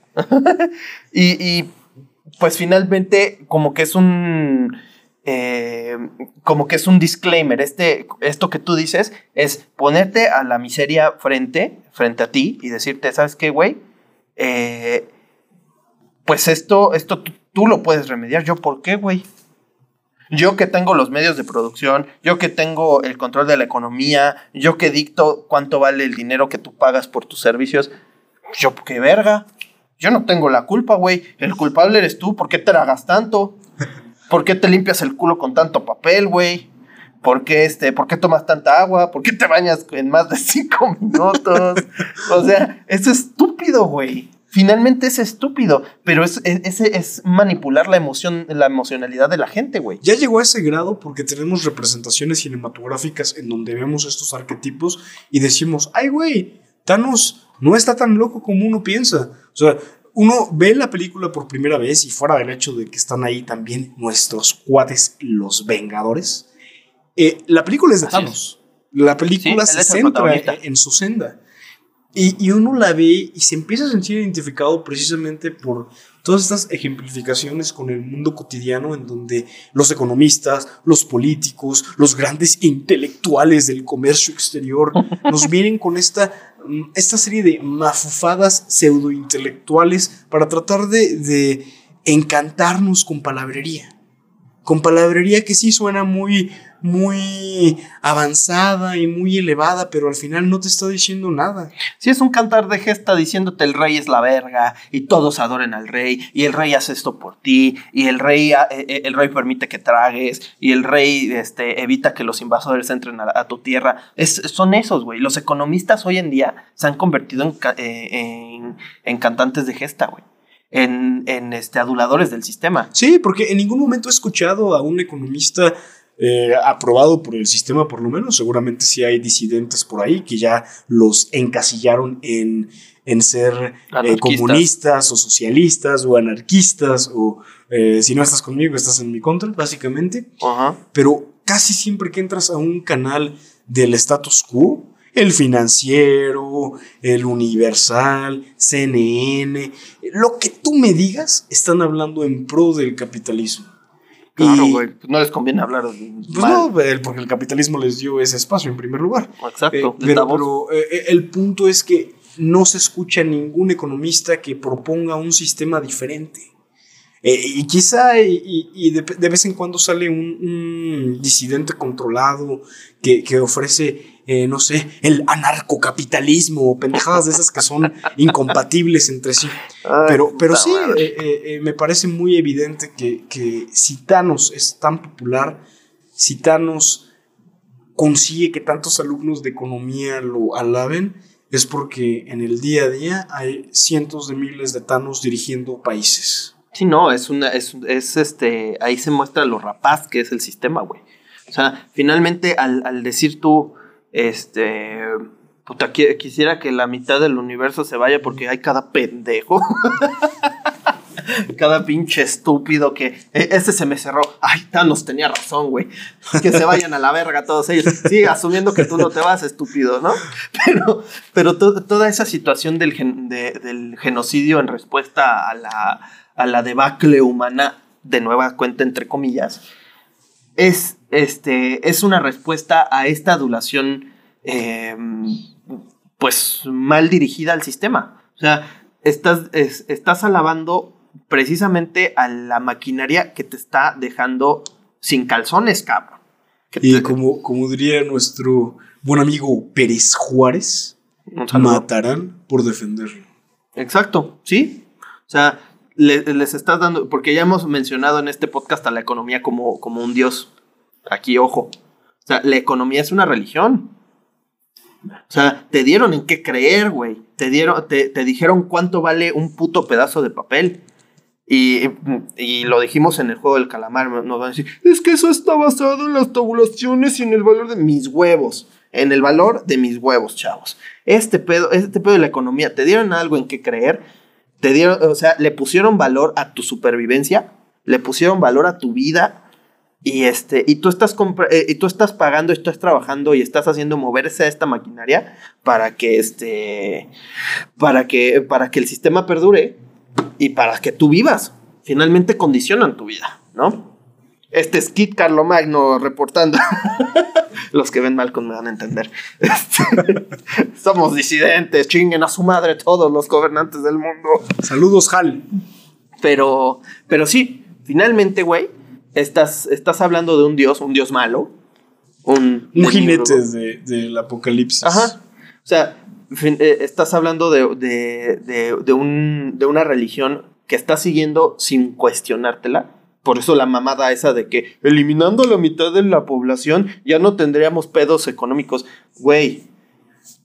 y, y, pues, finalmente, como que es un... Eh, como que es un disclaimer. Este, esto que tú dices es ponerte a la miseria frente, frente a ti y decirte, ¿sabes qué, güey? Eh, pues esto, esto tú, tú lo puedes remediar. ¿Yo por qué, güey? Yo que tengo los medios de producción, yo que tengo el control de la economía, yo que dicto cuánto vale el dinero que tú pagas por tus servicios. Yo, qué verga. Yo no tengo la culpa, güey. El culpable eres tú. ¿Por qué te tragas tanto? ¿Por qué te limpias el culo con tanto papel, güey? ¿Por qué, este, ¿Por qué tomas tanta agua? ¿Por qué te bañas en más de cinco minutos? O sea, es estúpido, güey. Finalmente es estúpido, pero es, es, es, es manipular la emoción, la emocionalidad de la gente, güey. Ya llegó a ese grado porque tenemos representaciones cinematográficas en donde vemos estos arquetipos y decimos, ay, güey, Thanos no está tan loco como uno piensa. O sea, uno ve la película por primera vez y fuera del hecho de que están ahí también nuestros cuates, los Vengadores, eh, la película es de Thanos. La película sí, se centra en, en su senda. Y, y uno la ve y se empieza a sentir identificado precisamente por todas estas ejemplificaciones con el mundo cotidiano en donde los economistas, los políticos, los grandes intelectuales del comercio exterior nos vienen con esta, esta serie de mafufadas pseudointelectuales para tratar de, de encantarnos con palabrería. Con palabrería que sí suena muy, muy avanzada y muy elevada, pero al final no te está diciendo nada. Sí, es un cantar de gesta diciéndote el rey es la verga y todos adoren al rey y el rey hace esto por ti y el rey, eh, el rey permite que tragues y el rey este, evita que los invasores entren a, a tu tierra. Es, son esos, güey. Los economistas hoy en día se han convertido en, eh, en, en cantantes de gesta, güey. En, en este, aduladores del sistema. Sí, porque en ningún momento he escuchado a un economista eh, aprobado por el sistema, por lo menos. Seguramente sí hay disidentes por ahí que ya los encasillaron en, en ser eh, comunistas o socialistas o anarquistas o eh, si no estás conmigo estás en mi contra, básicamente. Uh-huh. Pero casi siempre que entras a un canal del status quo, el Financiero, el Universal, C N N, lo que tú me digas, están hablando en pro del capitalismo. Claro, güey, pues no les conviene hablar Pues mal. No, porque el capitalismo les dio ese espacio en primer lugar. Exacto. Eh, pero pero eh, el punto es que no se escucha ningún economista que proponga un sistema diferente. Eh, y quizá y, y de, de vez en cuando sale un, un disidente controlado que, que ofrece, eh, no sé, el anarcocapitalismo o pendejadas de esas que son incompatibles entre sí. Ay, pero, pero sí, eh, eh, me parece muy evidente que, que si Thanos es tan popular, si Thanos consigue que tantos alumnos de economía lo alaben, es porque en el día a día hay cientos de miles de Thanos dirigiendo países. Sí, no, es una, es, es este, ahí se muestra lo rapaz que es el sistema, güey. O sea, finalmente al, al decir tú, este, puta, quisiera que la mitad del universo se vaya porque hay cada pendejo. Cada pinche estúpido que, eh, este se me cerró. Ay, Thanos tenía razón, güey. Que se vayan a la verga todos ellos. Sí, asumiendo que tú no te vas, estúpido, ¿no? Pero, pero to, toda esa situación del, gen, de, del genocidio en respuesta a la... a la debacle humana, de nueva cuenta entre comillas, es, este, es una respuesta a esta adulación eh, pues mal dirigida al sistema. O sea, estás, es, estás alabando precisamente a la maquinaria que te está dejando sin calzones, cabrón. Y te, como, como diría nuestro buen amigo Pérez Juárez, matarán por defenderlo. Exacto, sí. O sea, les estás dando, porque ya hemos mencionado en este podcast a la economía como, como un dios. Aquí, ojo. O sea, la economía es una religión. O sea, te dieron en qué creer, güey. Te dieron, te, te dijeron cuánto vale un puto pedazo de papel. Y, y lo dijimos en el juego del calamar. Nos van a decir, es que eso está basado en las tabulaciones y en el valor de mis huevos. En el valor de mis huevos, chavos. Este pedo, este pedo de la economía, te dieron algo en qué creer. Te dieron, o sea, le pusieron valor a tu supervivencia, le pusieron valor a tu vida y este y tú estás compra- eh, y tú estás pagando, estás trabajando y estás haciendo moverse a esta maquinaria para que este para que para que el sistema perdure y para que tú vivas. Finalmente condicionan tu vida, ¿no? Este es Kit Carlomagno reportando. Los que ven Malcolm me van a entender. Somos disidentes, chinguen a su madre todos los gobernantes del mundo. Saludos, Hal. Pero, pero sí, finalmente, güey, estás, estás hablando de un dios, un dios malo. Un, un jinete de, del apocalipsis. Ajá. O sea, fin, eh, estás hablando de, de, de, de, un, de una religión que estás siguiendo sin cuestionártela. Por eso la mamada esa de que eliminando la mitad de la población ya no tendríamos pedos económicos. Güey,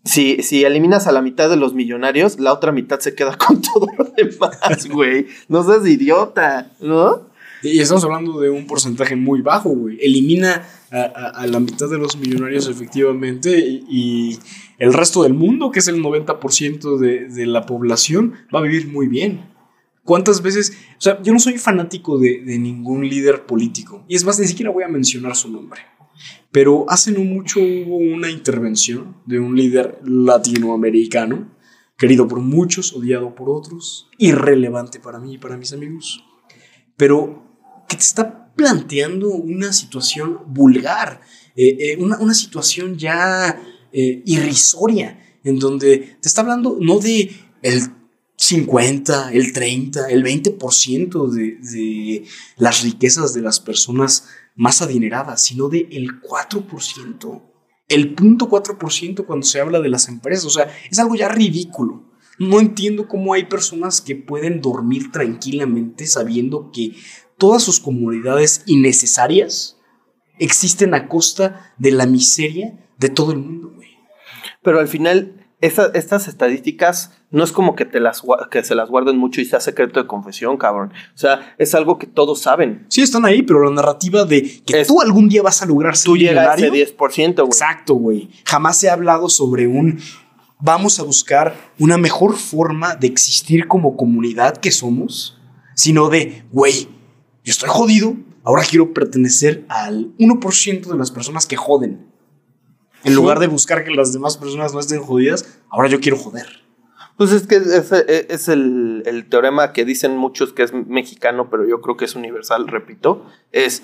Si, si eliminas a la mitad de los millonarios, la otra mitad se queda con todo lo demás, güey. No seas idiota, ¿no? Y estamos hablando de un porcentaje muy bajo, güey. Elimina a, a, a la mitad de los millonarios, efectivamente, y, y el resto del mundo, que es el noventa por ciento de, de la población, va a vivir muy bien. ¿Cuántas veces? O sea, yo no soy fanático de, de ningún líder político. Y es más, ni siquiera voy a mencionar su nombre. Pero hace no mucho hubo una intervención de un líder latinoamericano, querido por muchos, odiado por otros, irrelevante para mí y para mis amigos, pero que te está planteando una situación vulgar, eh, eh, una, una situación ya eh, irrisoria, en donde te está hablando no de el cincuenta, el treinta, el veinte por ciento de, de las riquezas de las personas más adineradas, sino de el cuatro por ciento, el cero punto cuatro por ciento cuando se habla de las empresas. O sea, es algo ya ridículo. No entiendo cómo hay personas que pueden dormir tranquilamente sabiendo que todas sus comodidades innecesarias existen a costa de la miseria de todo el mundo, güey. Pero al final, esa, estas estadísticas no es como que, te las, que se las guarden mucho y sea secreto de confesión, cabrón. O sea, es algo que todos saben. Sí, están ahí, pero la narrativa de que es, tú algún día vas a lograr ser tú llegas a ese diez por ciento, güey. Exacto, güey. Jamás se ha hablado sobre un... Vamos a buscar una mejor forma de existir como comunidad que somos, sino de, güey, yo estoy jodido, ahora quiero pertenecer al uno por ciento de las personas que joden. En sí. lugar de buscar que las demás personas no estén jodidas, ahora yo quiero joder. Pues es que es, es el, el teorema que dicen muchos que es mexicano, pero yo creo que es universal, repito, es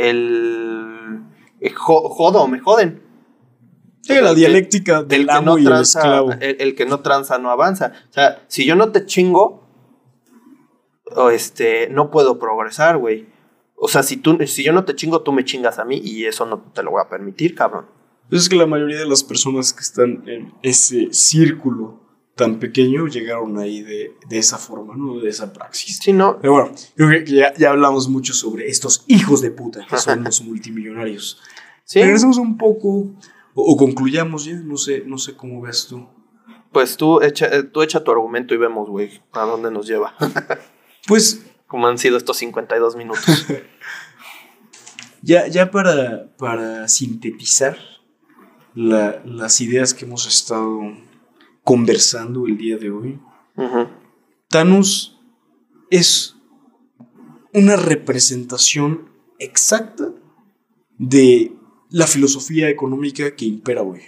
el, el jodo o me joden. Sí, la el dialéctica que, del amo no y tranza, el esclavo. El, el que no tranza no avanza. O sea, si yo no te chingo, o este, no puedo progresar, güey. O sea, si, tú, si yo no te chingo, tú me chingas a mí y eso no te lo voy a permitir, cabrón. Pues es que la mayoría de las personas que están en ese círculo tan pequeño llegaron ahí de, de esa forma, ¿no? De esa praxis. Sí, no. Pero bueno, creo que ya, ya hablamos mucho sobre estos hijos de puta que son los multimillonarios. Sí. Regresemos un poco... O, o concluyamos ya, no sé, no sé cómo ves tú. Pues tú echa, tú echa tu argumento y vemos, güey, a dónde nos lleva. Pues... Como han sido estos cincuenta y dos minutos. ya ya para, para sintetizar la, las ideas que hemos estado conversando el día de hoy. Uh-huh. Thanos es una representación exacta de... la filosofía económica que impera hoy.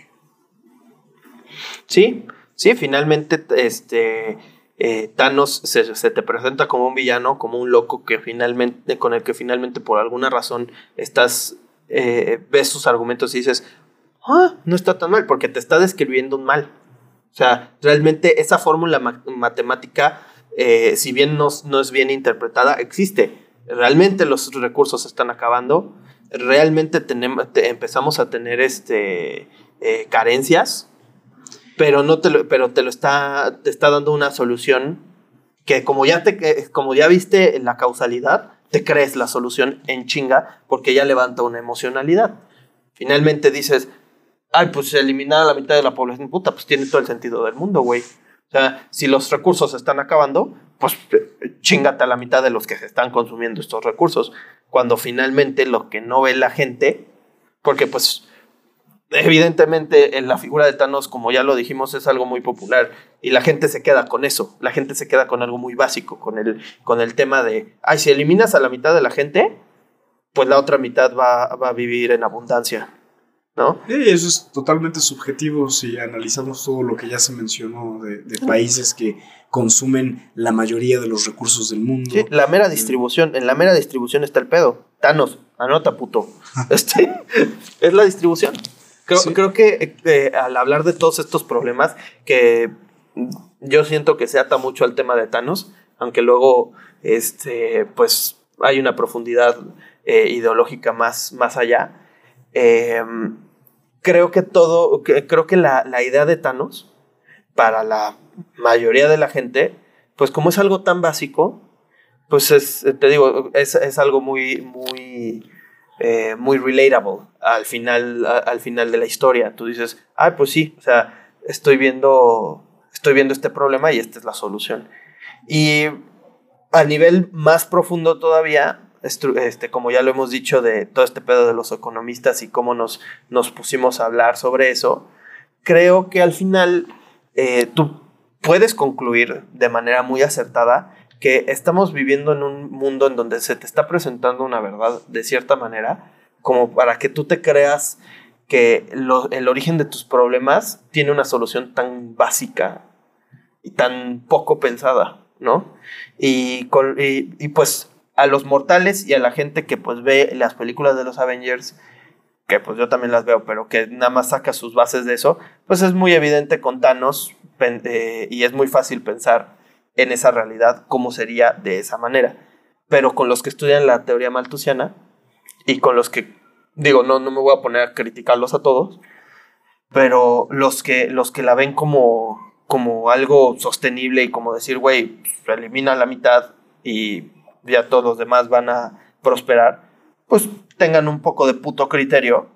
Sí, sí, finalmente este, eh, Thanos se, se te presenta como un villano, como un loco que finalmente, con el que finalmente por alguna razón estás, eh, ves sus argumentos y dices, ah, no está tan mal, porque te está describiendo un mal. O sea, realmente esa fórmula ma- matemática, eh, si bien no, no es bien interpretada, existe. Realmente los recursos se están acabando. Realmente tenemos, te, empezamos a tener este, eh, carencias, pero, no te lo, pero te, lo está, te está dando una solución que como ya, te, como ya viste la causalidad, te crees la solución en chinga porque ya levanta una emocionalidad. Finalmente dices, ay, pues eliminar a la mitad de la población, puta, pues tiene todo el sentido del mundo, güey. O sea, si los recursos se están acabando, pues chingate a la mitad de los que se están consumiendo estos recursos. Cuando finalmente lo que no ve la gente, porque pues evidentemente en la figura de Thanos, como ya lo dijimos, es algo muy popular y la gente se queda con eso, la gente se queda con algo muy básico, con el, con el tema de, ay, si eliminas a la mitad de la gente, pues la otra mitad va, va a vivir en abundancia, ¿no? Sí, eso es totalmente subjetivo si analizamos todo lo que ya se mencionó de, de países que consumen la mayoría de los recursos del mundo. Sí, la mera distribución, en la mera distribución está el pedo. Thanos, anota, puto. Este, es la distribución. Creo, sí. creo que eh, al hablar de todos estos problemas, que yo siento que se ata mucho al tema de Thanos, aunque luego este, pues, hay una profundidad eh, ideológica más, más allá. Eh, creo que todo, que, creo que la, la idea de Thanos, para la mayoría de la gente, pues como es algo tan básico, pues es, te digo, es, es algo muy, muy, eh, muy relatable al final, a, al final de la historia. Tú dices, ay, pues sí, o sea, estoy viendo, estoy viendo este problema y esta es la solución. Y a nivel más profundo todavía, este, como ya lo hemos dicho, de todo este pedo de los economistas y cómo nos, nos pusimos a hablar sobre eso, creo que al final eh, tú puedes concluir de manera muy acertada que estamos viviendo en un mundo en donde se te está presentando una verdad de cierta manera, como para que tú te creas que lo, el origen de tus problemas tiene una solución tan básica y tan poco pensada, ¿no? Y, con, y, y pues a los mortales y a la gente que pues ve las películas de los Avengers, que pues yo también las veo, pero que nada más saca sus bases de eso, pues es muy evidente con Thanos eh, y es muy fácil pensar en esa realidad cómo sería de esa manera. Pero con los que estudian la teoría malthusiana y con los que, digo, no, no me voy a poner a criticarlos a todos, pero los que, los que la ven como, como algo sostenible y como decir, güey, pues, elimina la mitad y ya todos los demás van a prosperar, pues tengan un poco de puto criterio,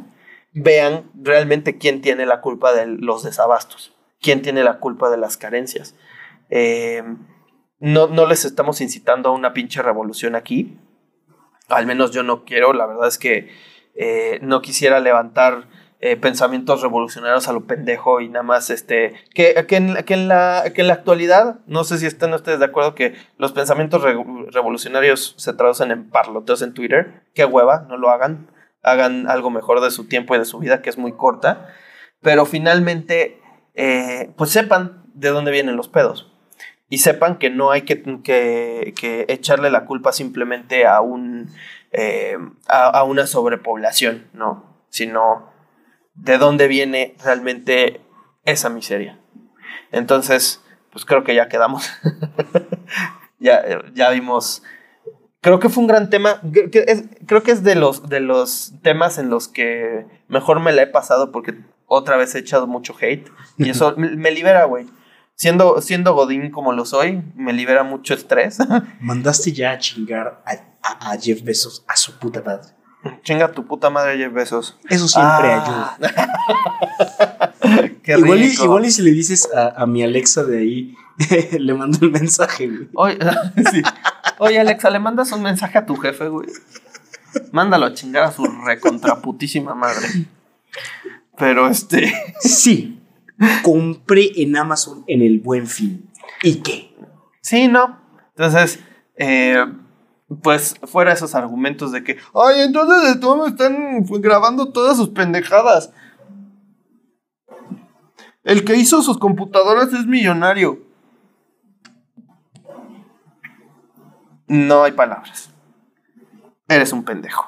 vean realmente quién tiene la culpa de los desabastos, quién tiene la culpa de las carencias. Eh, no, no les estamos incitando a una pinche revolución aquí, al menos yo no quiero, la verdad es que eh, no quisiera levantar eh, pensamientos revolucionarios a lo pendejo y nada más este que, que, en, que, en la, que en la actualidad, no sé si estén ustedes de acuerdo que los pensamientos re- revolucionarios se traducen en parloteos en Twitter. Qué hueva, no lo hagan, hagan algo mejor de su tiempo y de su vida, que es muy corta, pero finalmente eh, pues sepan de dónde vienen los pedos y sepan que no hay que, que, que echarle la culpa simplemente a un eh, a, a una sobrepoblación, ¿no? Sino de dónde viene realmente esa miseria. Entonces, pues creo que ya quedamos. ya, ya vimos. Creo que fue un gran tema. Que es, creo que es de los, de los temas en los que mejor me la he pasado porque otra vez he echado mucho hate. Y eso me, me libera, güey. Siendo, siendo godín como lo soy, me libera mucho estrés. Mandaste ya a chingar a, a, a Jeff Bezos a su puta madre. Chinga tu puta madre, Jeff Bezos. Eso siempre ah. ayuda. Qué igual, y, rico. igual y si le dices a, a mi Alexa de ahí, le mando el mensaje, güey. Oye, sí. Oye, Alexa, ¿le mandas un mensaje a tu jefe, güey? Mándalo a chingar a su recontraputísima madre. Pero este... Sí, compré en Amazon en el Buen Fin. ¿Y qué? Sí, ¿no? Entonces, eh... pues fuera esos argumentos de que, ay, entonces de todo están grabando todas sus pendejadas. El que hizo sus computadoras es millonario. No hay palabras. Eres un pendejo.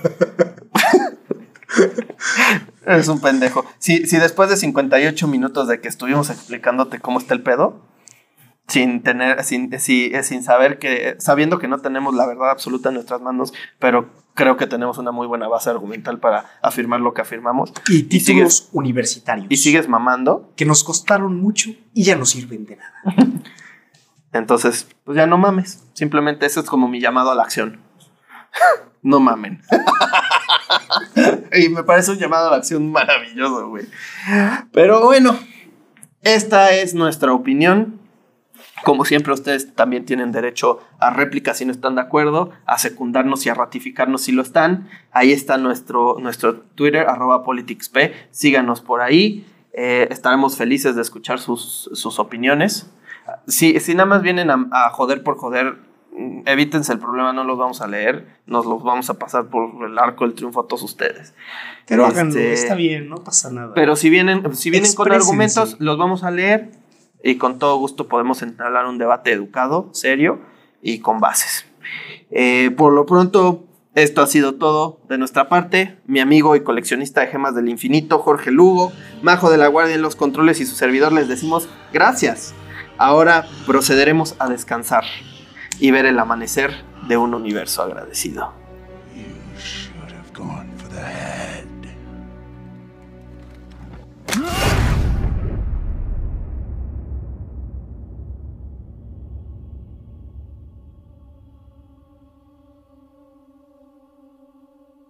Eres un pendejo. Si, si después de cincuenta y ocho minutos de que estuvimos explicándote cómo está el pedo, sin tener, sin, sin, sin saber que, sabiendo que no tenemos la verdad absoluta en nuestras manos, pero creo que tenemos una muy buena base argumental para afirmar lo que afirmamos. Y títulos y sigues, universitarios. Y sigues mamando. Que nos costaron mucho y ya no sirven de nada. Entonces, pues ya no mames. Simplemente ese es como mi llamado a la acción. No mamen. Y me parece un llamado a la acción maravilloso, güey. Pero bueno, esta es nuestra opinión. Como siempre, ustedes también tienen derecho a réplica si no están de acuerdo, a secundarnos y a ratificarnos si lo están. Ahí está nuestro, nuestro Twitter, arroba politicsp. Síganos por ahí. Eh, estaremos felices de escuchar sus, sus opiniones. Si, si nada más vienen a, a joder por joder, evítense el problema, no los vamos a leer. Nos los vamos a pasar por el arco del triunfo a todos ustedes. Pero este, háganlo, está bien, no pasa nada. Pero si vienen, si vienen con Exprésense. argumentos, los vamos a leer. Y con todo gusto podemos entablar un debate educado, serio y con bases. Eh, por lo pronto, esto ha sido todo de nuestra parte. Mi amigo y coleccionista de gemas del infinito, Jorge Lugo, Majo de la Guardia en los controles y su servidor les decimos gracias. Ahora procederemos a descansar y ver el amanecer de un universo agradecido.